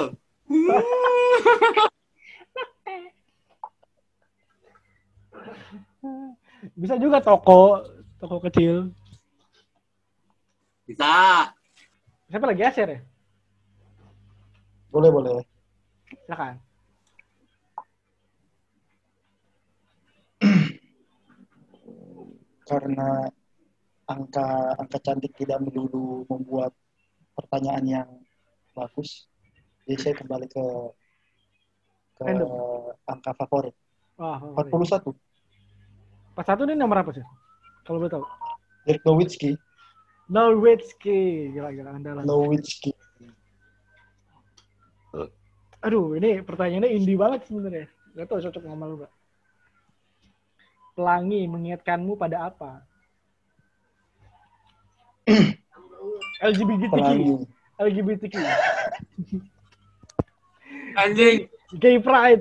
Bisa juga toko toko kecil. Bisa. Siapa lagi Aser ya? Boleh boleh. Silakan. Karena angka angka cantik tidak melulu membuat pertanyaan yang bagus, jadi saya kembali ke ke Random. angka favorit. Wah, empat puluh satu. Pas satu ini nomor apa sih? Kalau boleh tahu. Dirk Nowitzki. Nowitzki, gila-gila andalan. Nowitzki. Aduh, ini pertanyaannya indie banget sebenarnya. Gak tau cocok sama lu gak? Pelangi mengingatkanmu pada apa? L G B T Q. Pelangi. L G B T Q. Anjing. Gay pride.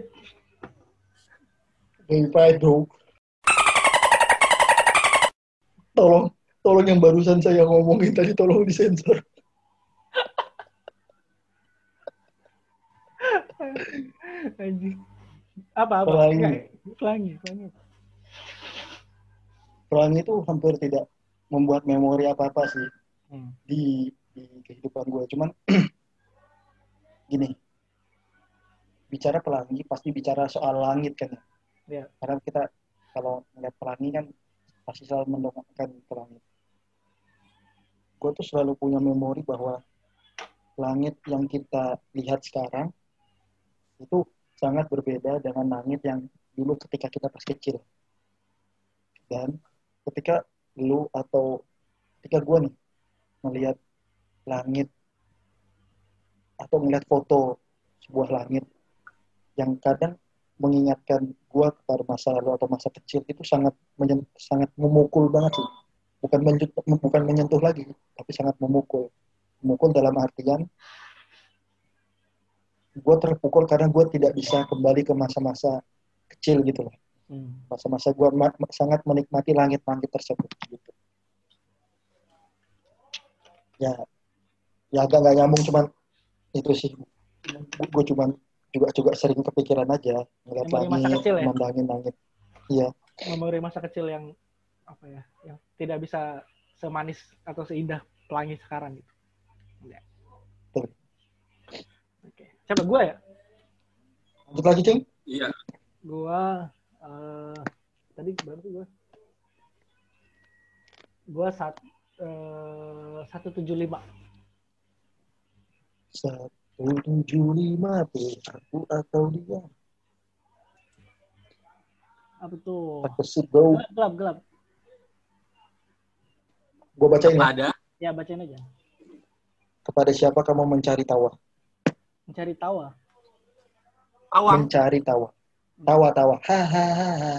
Gay pride bro. Tolong, tolong yang barusan saya ngomongin tadi tolong disensor. Anjing. Apa apa? Pelangi. Enggak, pelangi, pelangi. Pelangi itu hampir tidak membuat memori apa-apa sih Hmm. di, di kehidupan gue. Cuman gini, bicara pelangi pasti bicara soal langit kan ya. Ya. Karena kita kalau ngeliat pelangi kan pasti selalu mendongakkan pelangi. Gue tuh selalu punya memori bahwa langit yang kita lihat sekarang itu sangat berbeda dengan langit yang dulu ketika kita pas kecil. Dan ketika lu atau ketika gue nih melihat langit atau melihat foto sebuah langit yang kadang mengingatkan gue kepada masa lalu atau masa kecil, itu sangat menyen- sangat memukul banget sih. Bukan menyentuh, bukan menyentuh lagi, tapi sangat memukul. Memukul dalam artian gue terpukul karena gue tidak bisa kembali ke masa-masa kecil gitu loh. Hmm. Masa-masa gue ma- sangat menikmati langit-langit tersebut gitu. Ya, ya agak nggak nyambung, cuman itu sih. Gue cuman juga juga sering kepikiran aja ngeliat Memori masa langit, kecil ya? memandangin langit. Iya, Memori masa kecil yang apa ya, yang tidak bisa semanis atau seindah pelangi sekarang gitu. Ya. betul. Oke. Siapa gue ya? Lanjut lagi, Cing. Iya. Gue eh, tadi berapa tuh gue? Gue sat, eh, satu tujuh lima. satu tujuh lima tuh aku atau dia. Apa tuh? Tak besit, bro. Gelap, gelap, gelap. Gue bacain ya. Ada. Ya bacain aja. Kepada siapa kamu mencari tawa? Mencari tawa. Awang. Mencari tawa. Tawa-tawa. Hahaha.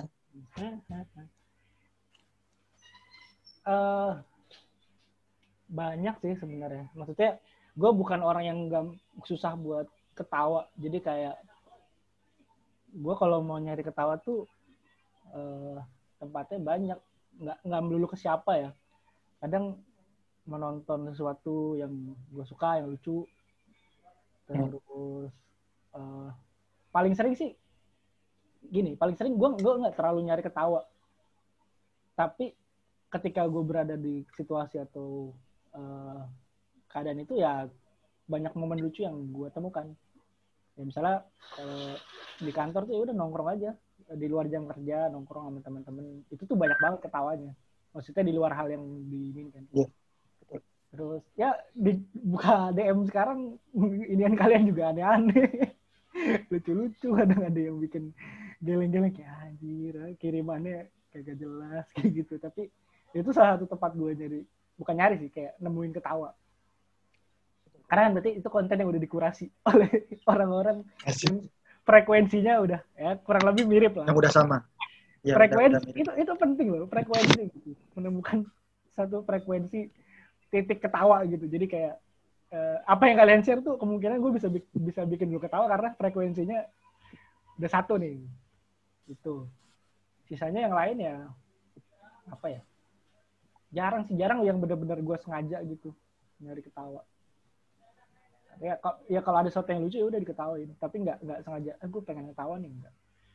Eh, banyak sih sebenarnya. Maksudnya gue bukan orang yang gak susah buat ketawa. Jadi kayak gue kalau mau nyari ketawa tuh eh, tempatnya banyak. Nggak nggak melulu ke siapa ya. Kadang menonton sesuatu yang gue suka, yang lucu. Terus eh, paling sering sih gini. Paling sering gue gue nggak terlalu nyari ketawa. Tapi ketika gue berada di situasi atau uh, keadaan itu ya banyak momen lucu yang gue temukan. Ya misalnya uh, di kantor tuh ya udah nongkrong aja, di luar jam kerja nongkrong sama teman-teman, itu tuh banyak banget ketawanya. Maksudnya di luar hal yang diinginkan. Iya. Terus ya di buka D M sekarang inian kalian juga aneh-aneh. Lucu-lucu, kadang ada yang bikin geleng-geleng kayak anjir, kirimannya kagak jelas kayak gitu. Tapi itu salah satu tempat gue nyari, bukan nyari sih, kayak nemuin ketawa. Karena kan berarti itu konten yang udah dikurasi oleh orang-orang yang frekuensinya udah ya kurang lebih mirip lah. Yang udah sama. Ya, Frekuensi udah, udah itu itu penting loh, frekuensi gitu. Menemukan satu frekuensi titik ketawa gitu. Jadi kayak eh, apa yang kalian share tuh kemungkinan gue bisa bisa bikin lu ketawa karena frekuensinya udah satu nih. Gitu. Sisanya yang lain ya apa ya? Jarang sih, jarang yang benar-benar gue sengaja gitu nyari ketawa. Ya, ya kalau ada sesuatu yang lucu ya udah diketawain, tapi nggak nggak sengaja. Eh, gue pengen ketawa nih enggak.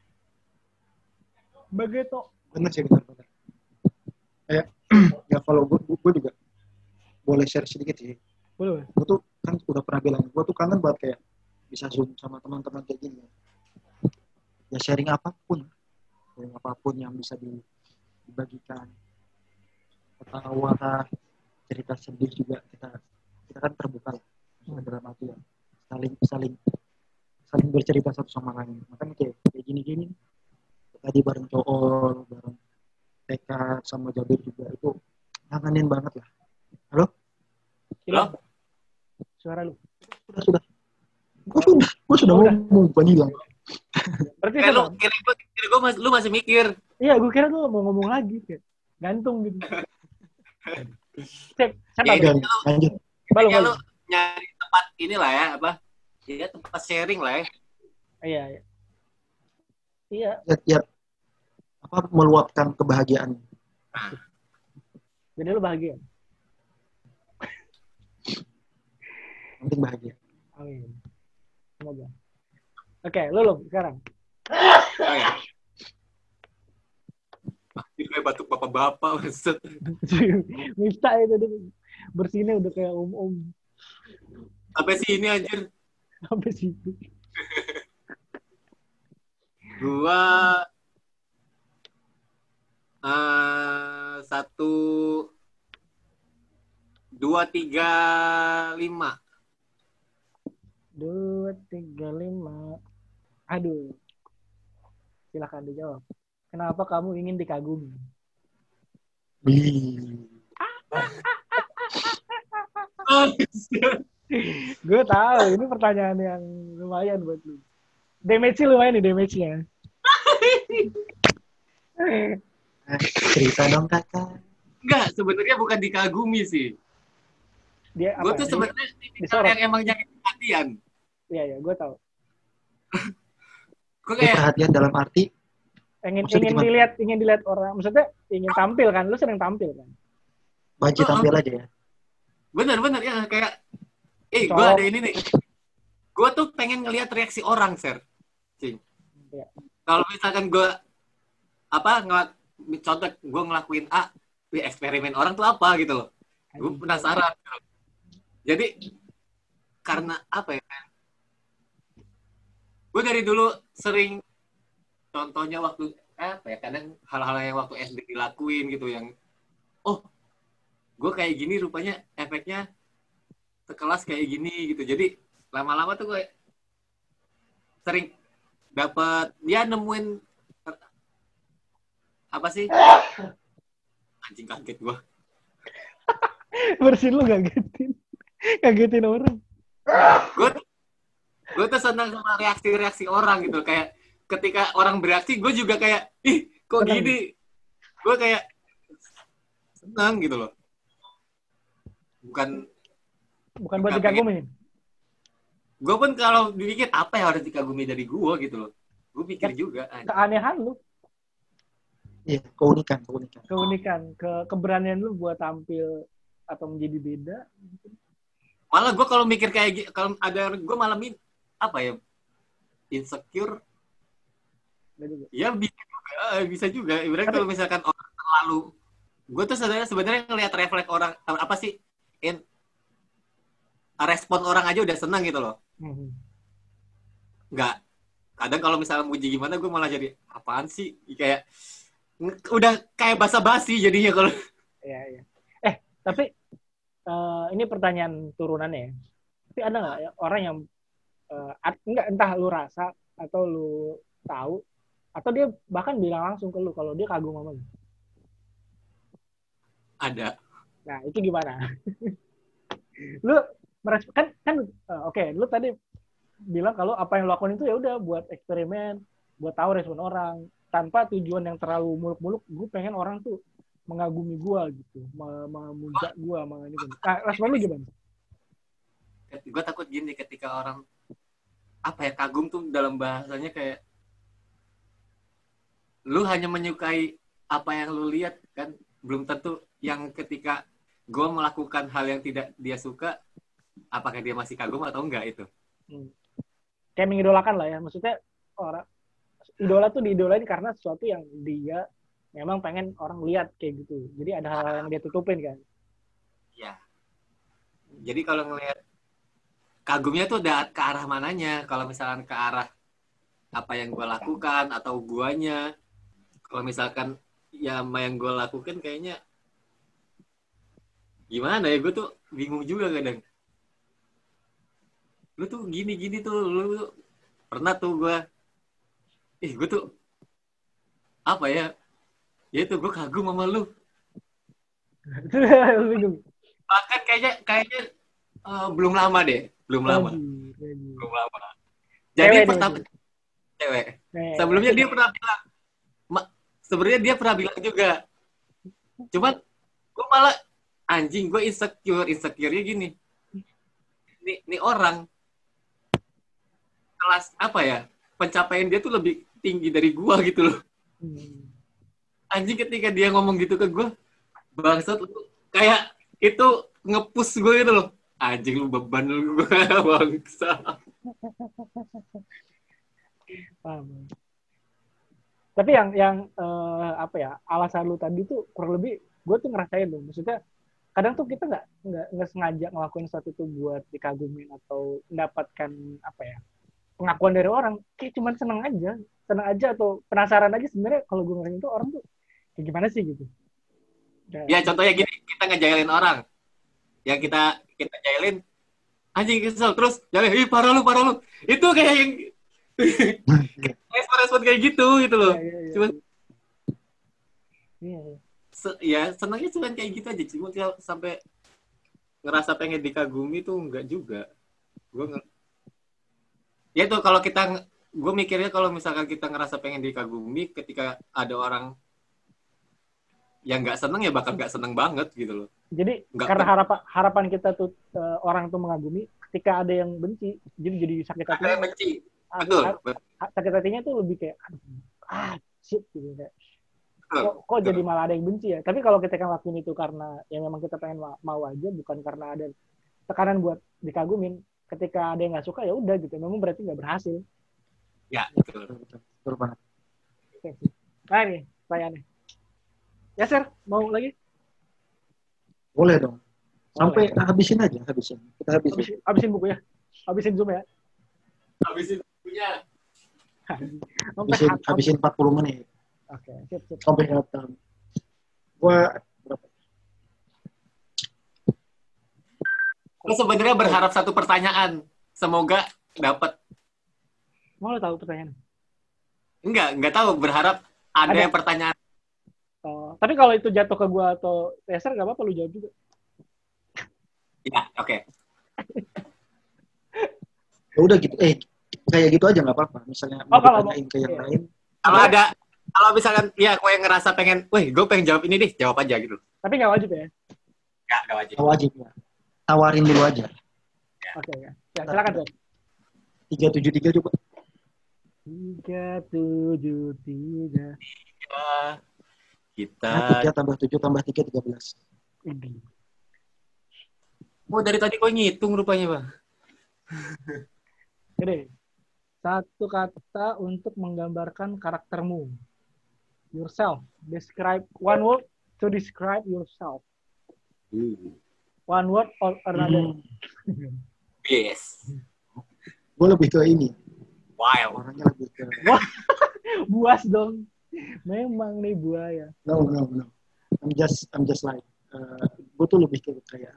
Begitu. Bener sih, bener-bener. Kayak ya kalau gue, gue juga boleh share sedikit sih. Boleh. Gue tuh kan udah pernah bilang, gue tuh kangen banget kayak bisa zoom sama teman-teman kayak gini. Ya sharing apapun, sharing apapun yang bisa dibagikan. Ketawa, cerita sedih juga kita kita kan terbuka lah. Dalam arti ya saling saling saling bercerita satu sama lain. Makanya kayak kayak gini-gini tadi bareng Cool, bareng Teka sama Jabir juga itu ngangenin banget lah. Halo? Halo? Suara lu. Sudah, sudah. Gue sudah, gue sudah Oh, ngomong, bukan hilang. Berarti Eh, lu sama. kira gue kira gue mas, lu masih mikir. Iya, gue kira lu mau ngomong lagi kayak gantung gitu. Cek, siapa? Ya, Udah, lanjut. Balu, Kayaknya balu. lu nyari tempat inilah ya apa? Ya tempat sharing lah ya. Iya, iya. Iya, Ya, ya apa meluapkan kebahagiaan. jadi lu bahagia. Penting bahagia. Amin. Semoga. Oke, lu lu sekarang. Oh, ya. Ah, ini kayak batuk bapak-bapak maksud. Mista itu dia bersihnya udah kayak om-om Sampai sini anjir. sampai situ. Gua uh, satu dua tiga lima. Dua, tiga, lima. Aduh, silakan dijawab. Kenapa kamu ingin dikagumi? Wih. Gue tahu, ini pertanyaan yang lumayan buat lu. Damage-nya lumayan nih, damage-nya. Ah, cerita dong kakak. Enggak, sebenarnya bukan dikagumi sih. Dia Gue apa? tuh Dia- sebenarnya tipikal disorot. yang emang nyari perhatian. Iya, iya, gue tahu. Gue Ini kayak perhatian dalam arti Ingin Maksudnya ingin gimana? dilihat, ingin dilihat orang. Maksudnya ingin tampil kan? Lu sering tampil kan? baji tampil aja ya. bener-bener ya kayak, eh gue Colok. ada ini nih. Gue tuh pengen ngelihat reaksi orang, Ser. Cing. Iya. Kalau misalkan gue apa ngelak, contoh gue ngelakuin A, wih, eksperimen orang tuh apa gitu loh. Gue penasaran. Jadi karena apa ya? Gue dari dulu sering contohnya waktu apa ya? Kadang hal-hal yang waktu S D dilakuin gitu yang oh gue kayak gini rupanya efeknya sekelas kayak gini gitu. Jadi lama-lama tuh gue sering dapat dia nemuin apa sih? Anjing kaget gue. Bersin lu gagetin. Gagetin orang. Gue gue tuh senang sama reaksi-reaksi orang gitu kayak ketika orang bereaksi gue juga kayak ih kok Senang. gini gue kayak senang gitu loh bukan Bukan buat Nggak dikagumi. gue pun kalau dipikir apa yang harus dikagumi dari gue gitu loh gue pikir juga anjing. Keanehan lu, Iya, keunikan, keunikan. keunikan, ke keberanian lu buat tampil atau menjadi beda. Malah gue kalau mikir kayak gitu kalau ada gue malah min apa ya insecure Ada juga. ya bisa juga eh, bisa juga ibaratnya Tapi- kalau misalkan orang terlalu gue tuh sebenarnya sebenarnya ngelihat refleks orang apa sih in respon orang aja udah senang gitu loh Mhm. nggak kadang kalau misalnya muji gimana gue malah jadi apaan sih kayak nge- udah kayak basa-basi jadinya kalau Iya, iya. Eh, tapi eh, ini pertanyaan turunannya ya. Tapi ada nggak ya orang yang eh, at- enggak entah lu rasa atau lu tahu atau dia bahkan bilang langsung ke lu kalau dia kagum sama lu. ada Nah, itu gimana? Lu merespon kan kan eh, oke, lu tadi bilang kalau apa yang lu lakukan itu ya udah buat eksperimen, buat tahu respon orang tanpa tujuan yang terlalu muluk-muluk. Gue pengen orang tuh mengagumi gua gitu, me- memuja gua, sama ini. Nah, respon lu gimana? gue takut gini ketika orang apa ya kagum tuh dalam bahasanya kayak lu hanya menyukai apa yang lu lihat kan belum tentu yang ketika gue melakukan hal yang tidak dia suka apakah dia masih kagum atau enggak itu Hmm. Kayak mengidolakan lah ya. Maksudnya orang idola tuh diidolain karena sesuatu yang dia memang pengen orang lihat kayak gitu. Jadi ada hal yang dia tutupin kan. ya jadi kalau ngelihat kagumnya tuh udah ke arah mananya kalau misalkan ke arah apa yang gue lakukan atau guanya kalau misalkan ya sama yang gue lakukan kayaknya gimana ya gue tuh bingung juga kadang lu tuh gini-gini tuh lu tuh pernah tuh gue ih gue tuh apa ya ya itu gue kagum sama lu Lu bingung. bahkan kayaknya kayaknya eh, belum lama deh belum lama Lagi, lagi. belum lama jadi Cewek nih, pertama cewek Nih, sebelumnya dia pernah bilang Ma- sebenarnya dia pernah bilang juga cuman gue malah anjing gue insecure insecure-nya gini nih nih orang kelas apa ya pencapaian dia tuh lebih tinggi dari gue gitu loh Hmm. anjing ketika dia ngomong gitu ke gue bangsat lu kayak itu nge-push gue gitu loh anjing lu beban lu gue bangsa Paham. Tapi yang yang eh, apa ya alasan lu tadi tuh kurang lebih gue tuh ngerasain loh. Maksudnya kadang tuh kita nggak nggak nggak sengaja ngelakuin sesuatu itu buat dikagumin atau mendapatkan apa ya pengakuan dari orang. Kayak cuman seneng aja, seneng aja atau penasaran aja sebenarnya kalau gue ngerasain itu orang tuh kayak gimana sih gitu. Dan, ya contohnya gini kita ngejailin orang yang kita kita jailin anjing kesel terus jalan ih parah lu parah lu itu kayak yang Respon-respon kayak gitu gitu loh. Iya, iya, iya. Cuma Iya, iya. se- ya senangnya cuma kayak gitu aja. Cuma kalau sampai ngerasa pengen dikagumi tuh enggak juga. Gue nge- ya tuh kalau kita gue mikirnya kalau misalkan kita ngerasa pengen dikagumi ketika ada orang yang nggak seneng ya bakal nggak seneng banget gitu loh. Jadi Nggak karena pen- harapan harapan kita tuh eh, orang tuh mengagumi, ketika ada yang benci, jadi jadi sakit ada yang hatinya. benci. ah, Betul. ah, Betul. ah, sakit hatinya tuh lebih kayak aduh, ah shit gitu kayak. Kok, kok Betul. jadi malah ada yang benci ya? Tapi kalau kita kan lakuin itu karena ya memang kita pengen ma- mau aja, bukan karena ada tekanan buat dikagumin. Ketika ada yang nggak suka ya udah gitu. Memang berarti nggak berhasil. Ya, betul. Betul, betul, betul banget. Oke sih. Nah ini pertanyaannya. Ya Sir, mau lagi? Boleh dong. Sampai Boleh. habisin aja, habisin. Kita habisin. Habisin, habisin buku ya. Habisin Zoom ya. Habisin punya. Sampai Habisin, hat- habisin empat puluh menit. Oke, sip, sip. Sampai datang. Gua berapa? Gue sebenarnya berharap satu pertanyaan. Semoga dapat. Mau lo tahu pertanyaan? Enggak, enggak tahu. Berharap ada, Ada. yang pertanyaan. Oh, tapi kalau itu jatuh ke gua atau Teser nggak apa-apa lu jawab juga. Ya, oke. Ya udah gitu. Eh, kayak gitu aja nggak apa-apa. Misalnya Oh, mau kalau ditanyain ke yang iya. lain. Kalau ada, kalau misalkan, ya gue yang ngerasa pengen, weh, gue pengen jawab ini deh, jawab aja gitu. Tapi nggak wajib ya. Enggak, enggak wajib. Nggak wajib ya. Tawarin dulu aja. Oke ya. Ya silakan Sir. tiga tujuh tiga coba. Tiga tujuh tiga. Ya, kita, Nah, tiga tambah tujuh tambah tiga tiga belas. Ini. oh dari tadi gue ngitung rupanya, Bang. Jadi satu kata untuk menggambarkan karaktermu. Yourself. Describe one word to describe yourself. One word or another. Hmm, Yes. gue lebih ke ini. Wow. Orangnya lebih ke Buas dong. Memang nih buaya. no no no. I'm just I'm just like uh, gue tuh lebih ke kayak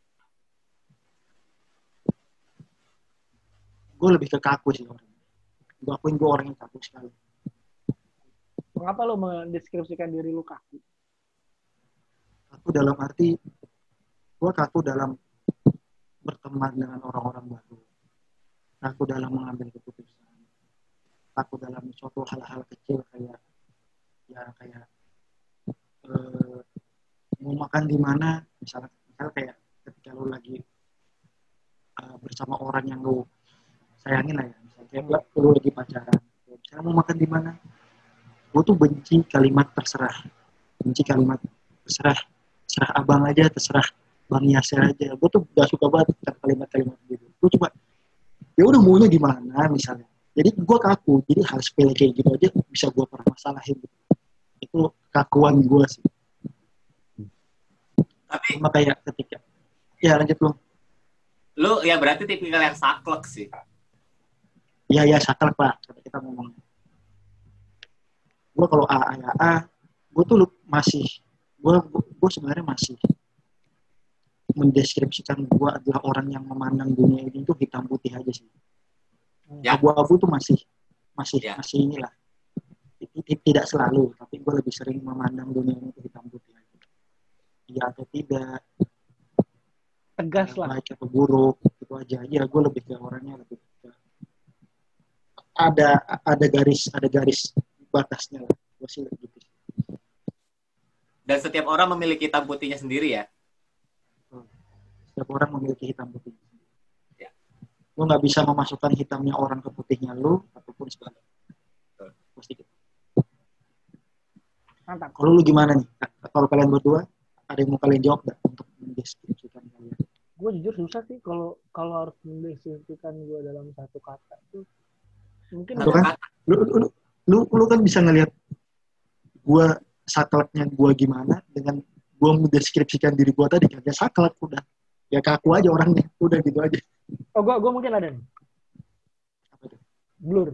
gue lebih ke kaku sih orang. Gue akuin gue orang yang kaku sekali. Mengapa lo mendeskripsikan diri lu kaku? Kaku dalam arti gue kaku dalam berteman dengan orang-orang baru. Kaku dalam mengambil keputusan. Kaku dalam suatu hal-hal kecil kayak ya kayak eh, mau makan di mana, misalnya, misalnya kayak ketika lu lagi uh, bersama orang yang lu sayangin lah ya, misalnya kayak lu lagi pacaran, misalnya mau makan di mana, gue tuh benci kalimat terserah, benci kalimat terserah, terserah abang aja, terserah bang Yasir aja, gue tuh gak suka banget kalimat-kalimat gitu, gue coba ya udah maunya di mana misalnya, jadi gue kaku, jadi hal sepele kayak gitu aja bisa gue permasalahin gitu. Itu kakuan gue sih. Tapi Cuma kayak ketika ya lanjut lu. lu ya berarti tipikal yang saklek sih. Ya ya saklek lah kata kita ngomong. Gue kalau A A ya A, gue tuh lu- masih gue gue sebenarnya masih mendeskripsikan gue adalah orang yang memandang dunia ini tuh hitam putih aja sih. Ya. Abu-abu tuh masih masih Ya. masih inilah. Tidak selalu, tapi gue lebih sering memandang dunia ini tuh hitam putih aja. Iya atau tidak, Tegas lah. baik atau buruk, itu aja. Ya gue lebih ke orangnya lebih ke ada ada garis ada garis batasnya lah. Gue sih gitu. Dan setiap orang memiliki hitam putihnya sendiri ya. Setiap orang memiliki hitam putih. Ya. Lu nggak bisa memasukkan hitamnya orang ke putihnya lu ataupun sebagainya. Pasti gitu. Mantap. Kalau lu gimana nih? Kalau kalian berdua ada yang mau kalian jawab nggak untuk mendeskripsikan kalian? Gue jujur susah sih kalau kalau harus mendeskripsikan gue dalam satu kata tuh. Mungkin Lu kan, lu, lu, lu, lu kan bisa ngelihat gue sakleknya gue gimana dengan gue mendeskripsikan diri gue tadi kan ya saklek udah ya kaku aja orangnya udah gitu aja. oh gue gue mungkin ada nih. Apa tuh? Blur.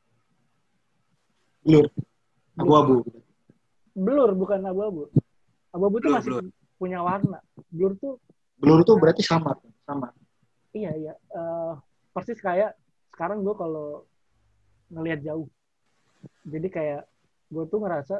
Blur, abu-abu. Blur bukan abu-abu. Abu-abu tuh Blur, masih blur. punya warna. Blur tuh Blur itu berarti samar, samar. iya iya eh, persis kayak sekarang gue kalau ngelihat jauh. Jadi kayak gue tuh ngerasa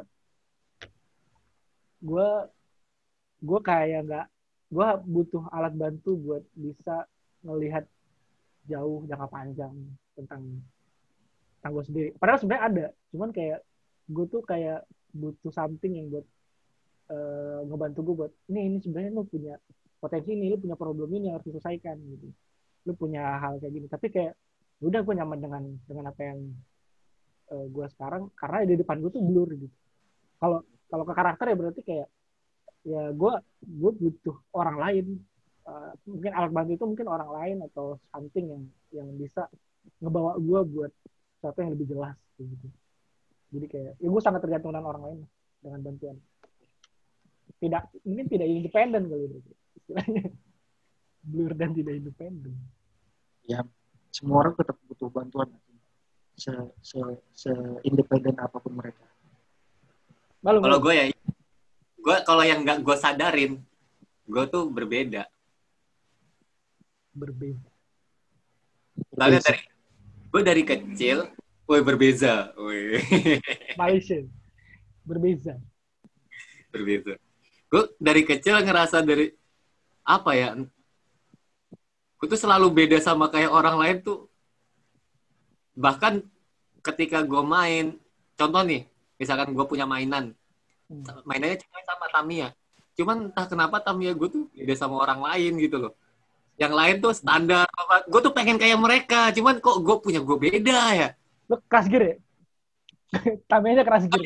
gue gue kayak nggak gue butuh alat bantu buat bisa ngelihat jauh jangka panjang tentang tentang gue sendiri. Padahal sebenarnya ada, cuman kayak gue tuh kayak butuh something yang buat uh, ngebantu gue buat ini ini sebenarnya lu punya potensi ini, lu punya problem ini yang harus diselesaikan gitu. Lu punya hal kayak gini, tapi kayak udah gue nyaman dengan dengan apa yang uh, gue sekarang karena di depan gue tuh blur gitu. Kalau kalau ke karakter ya berarti kayak ya gue gue butuh orang lain. Uh, mungkin alat bantu itu mungkin orang lain atau something yang yang bisa ngebawa gue buat sesuatu yang lebih jelas gitu. Jadi kayak ya gue sangat tergantung dengan orang lain dengan bantuan. Tidak mungkin tidak independen kali itu istilahnya. Blur dan tidak independen. Ya, semua orang tetap butuh bantuan. Se se se independen apapun mereka. Kalau gue ya, gue kalau yang nggak gue sadarin, gue tuh berbeda. Berbeda. Soalnya dari gue dari kecil, woi berbeza, woi. Malaysia, berbeza. Berbeza. Gue dari kecil ngerasa dari apa ya? Gue tuh selalu beda sama kayak orang lain tuh. Bahkan ketika gue main, contoh nih, misalkan gue punya mainan, mainannya cuma sama Tamiya. Cuman entah kenapa Tamiya gue tuh beda sama orang lain gitu loh. Yang lain tuh standar. Gue tuh pengen kayak mereka, cuman kok gue punya gue beda ya. Lo keras gear ya? Tamiyanya keras gear.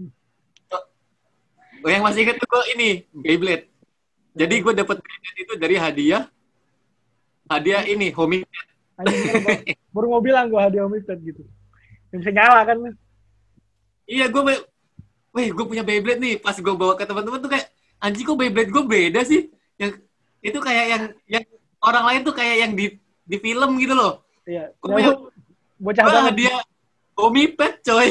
Oh, yang masih inget tuh gue ini, Beyblade. Jadi gue dapet Beyblade itu dari hadiah. Hadiah ini, Homipad. Baru mau bilang gue hadiah Homipad gitu. Yang bisa nyala kan. Iya, gue weh, gue punya Beyblade nih. Pas gue bawa ke teman-teman tuh kayak, anjing kok Beyblade gue beda sih? Yang itu kayak yang yang orang lain tuh kayak yang di di film gitu loh. Iya. Gue punya bocah banget dia Homipad coy.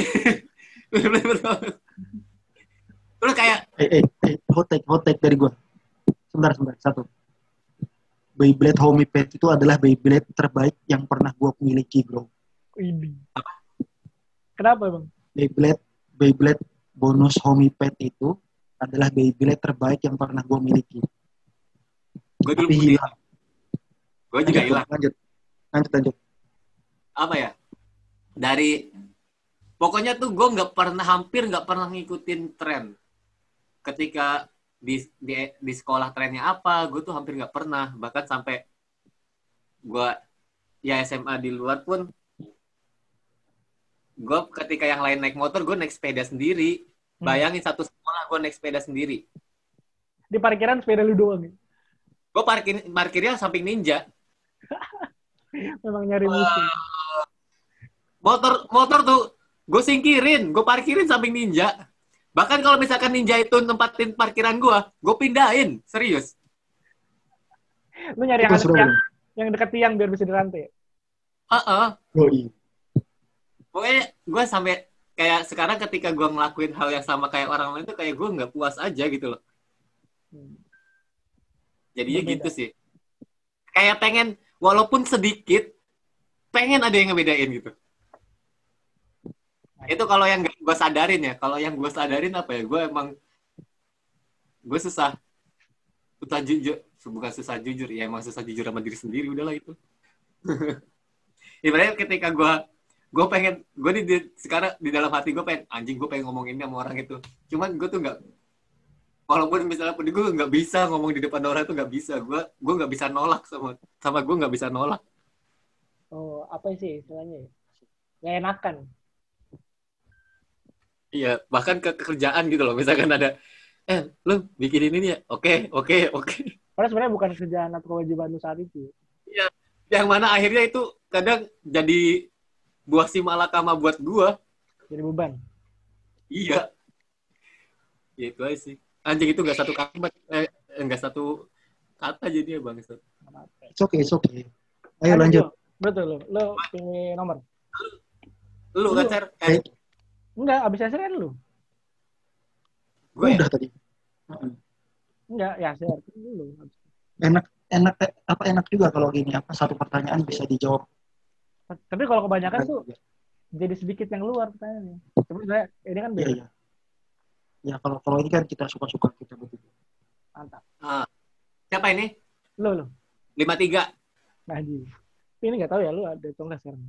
Terus kayak eh eh eh hot take hot take dari gue. Sebentar sebentar satu. Beyblade Homipad itu adalah Beyblade terbaik yang pernah gue miliki, bro. Ini. Kenapa bang? Beyblade Beyblade bonus Homipad itu adalah Beyblade terbaik yang pernah gue miliki. Gue dulu Tapi hilang. Gue juga hilang. Lanjut, lanjut, lanjut. Apa ya? Dari pokoknya tuh gue nggak pernah hampir nggak pernah ngikutin tren. Ketika di di, di sekolah trennya apa, gue tuh hampir nggak pernah. Bahkan sampai gue ya S M A di luar pun, gue ketika yang lain naik motor, gue naik sepeda sendiri. Bayangin satu sekolah gue naik sepeda sendiri. Di parkiran sepeda lu doang. Gue parkir parkirnya samping Ninja. Memang nyari musuh. Uh, motor motor tuh gue singkirin, gue parkirin samping Ninja. Bahkan kalau misalkan Ninja itu nempatin parkiran gue, gue pindahin, serius. Lu nyari yang, yang, yang dekat tiang biar bisa dirantai. Heeh. Uh -uh. Pokoknya gue sampai kayak sekarang ketika gue ngelakuin hal yang sama kayak orang lain tuh kayak gue nggak puas aja gitu loh. Jadinya Berbeda. Gitu sih. Kayak pengen, walaupun sedikit, pengen ada yang ngebedain gitu. Nah, itu kalau yang gak gue sadarin ya. Kalau yang gue sadarin apa ya, gue emang, gue susah. Susah jujur. Bukan susah jujur, ya emang susah jujur sama diri sendiri, udahlah itu. Ibaratnya ketika gue, gue pengen, gue di, di, sekarang di dalam hati gue pengen, anjing gue pengen ngomong ini sama orang itu. Cuman gue tuh gak, walaupun misalnya pun gue nggak bisa ngomong di depan orang itu nggak bisa, gue gue nggak bisa nolak sama sama gue nggak bisa nolak. Oh apa sih istilahnya? Nggak enakan. Iya, bahkan ke kerjaan gitu loh, misalkan ada, eh lu bikin ini ya, oke oke oke. Padahal sebenarnya bukan kerjaan atau kewajiban lu saat itu. Iya, yang mana akhirnya itu kadang jadi buah si malakama buat gue. Jadi beban. Iya, ya, itu aja sih. Anjing itu nggak satu kalimat, eh, nggak satu kata jadi ya bang. It's okay, it's okay. Ayo Ayo lanjut. Betul lo, lo pilih nomor. Lu kan Ser? Eh. Enggak, abis Ser kan lu. Gue udah tadi. Enggak, ya Ser dulu. Enak, enak apa enak juga kalau gini apa satu pertanyaan bisa dijawab. Tapi kalau kebanyakan tuh jadi sedikit yang luar pertanyaannya. Cuma saya ini kan Iya, beda. iya. Ya kalau kalau ini kan kita suka-suka kita begitu. Mantap. Ah, siapa ini? Lo lo. lima tiga. Najib. Ini nggak tahu ya lu ada atau nggak sekarang.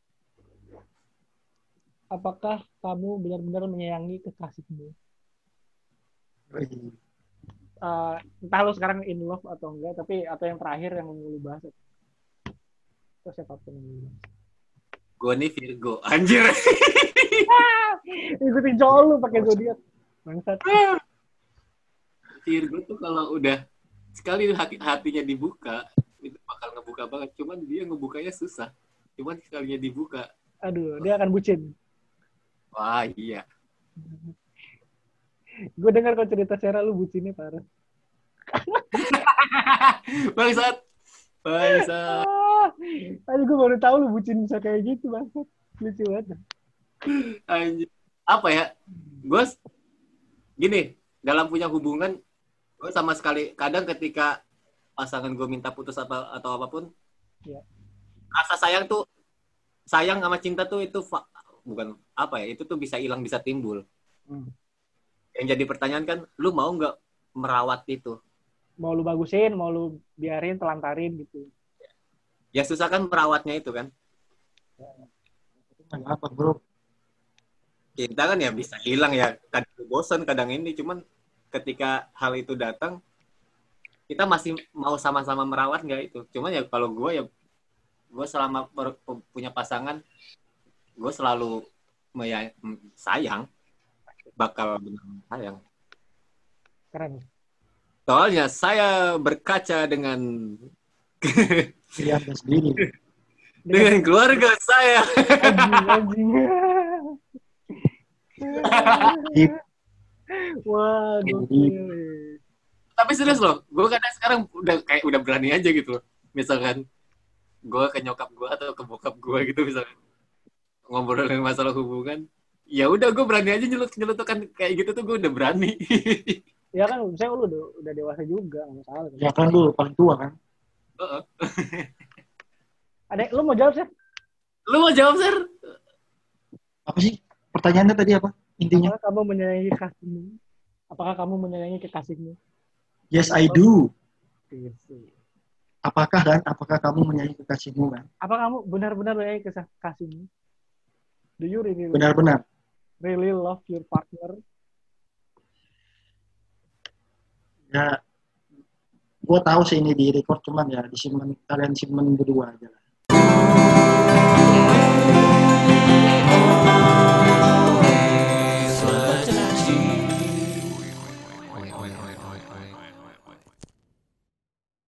Apakah kamu benar-benar menyayangi kekasihmu? Wih, Eh, entah lu sekarang in love atau enggak, tapi atau yang terakhir yang mau lu bahas. Atau siapapun yang lu bahas. Gue nih Virgo. Anjir. Ikutin cowok lu pakai zodiak. Bangsat. Virgo tuh kalau udah sekali hati- hatinya dibuka, itu bakal ngebuka banget. Cuman dia ngebukanya susah. Cuman sekalinya dibuka. Aduh, dia akan bucin. Wah, iya. Gue dengar kok cerita Sarah lu bucinnya parah. Bangsat. Bangsat. Ah, aduh gue baru tahu lu bucin bisa kayak gitu bangsat. Lucu banget. Anjir. Apa ya? Gue gini, dalam punya hubungan, gue sama sekali kadang ketika pasangan gue minta putus apa atau apapun, Ya. rasa sayang tuh, sayang sama cinta tuh itu fa- bukan apa ya? Itu tuh bisa hilang, bisa timbul. Hmm. Yang jadi pertanyaan kan, lu mau nggak merawat itu? Mau lu bagusin, mau lu biarin, telantarin gitu. Ya susah kan merawatnya itu kan. nggak apa bro. Cinta kan ya bisa hilang ya. Kadang bosan, kadang ini. Cuman ketika hal itu datang, kita masih mau sama-sama merawat nggak itu. Cuman ya kalau gue ya, gue selama per- punya pasangan, gue selalu meya- sayang. Bakal benar sayang. Keren. Soalnya saya berkaca dengan Pilih anda sendiri. dengan keluarga saya. Anjing, anjing. Deep. Wah, gokil. Tapi serius loh, gue kadang sekarang udah kayak udah berani aja gitu loh. Misalkan gue ke nyokap gue atau ke bokap gue gitu misalkan ngobrolin masalah hubungan, ya udah gue berani aja nyelut nyelutukan kayak gitu tuh gue udah berani. Ya kan, saya lu udah, udah dewasa juga, nggak masalah. Ya kan lu paling tua kan. Heeh. Ada, lu mau jawab sih? Lu mau jawab Sir? Apa sih pertanyaannya tadi apa intinya? Apakah kamu menyayangi kekasihmu? Apakah kamu menyayangi kekasihmu? Yes I do. Yes. Apakah kan? Apakah kamu menyayangi kekasihmu kan? Apa kamu benar-benar menyayangi kekasihmu? Do you really, Benar-benar. really love your partner? Ya, gue tahu sih ini di record cuman ya disimpan kalian simpen berdua aja lah.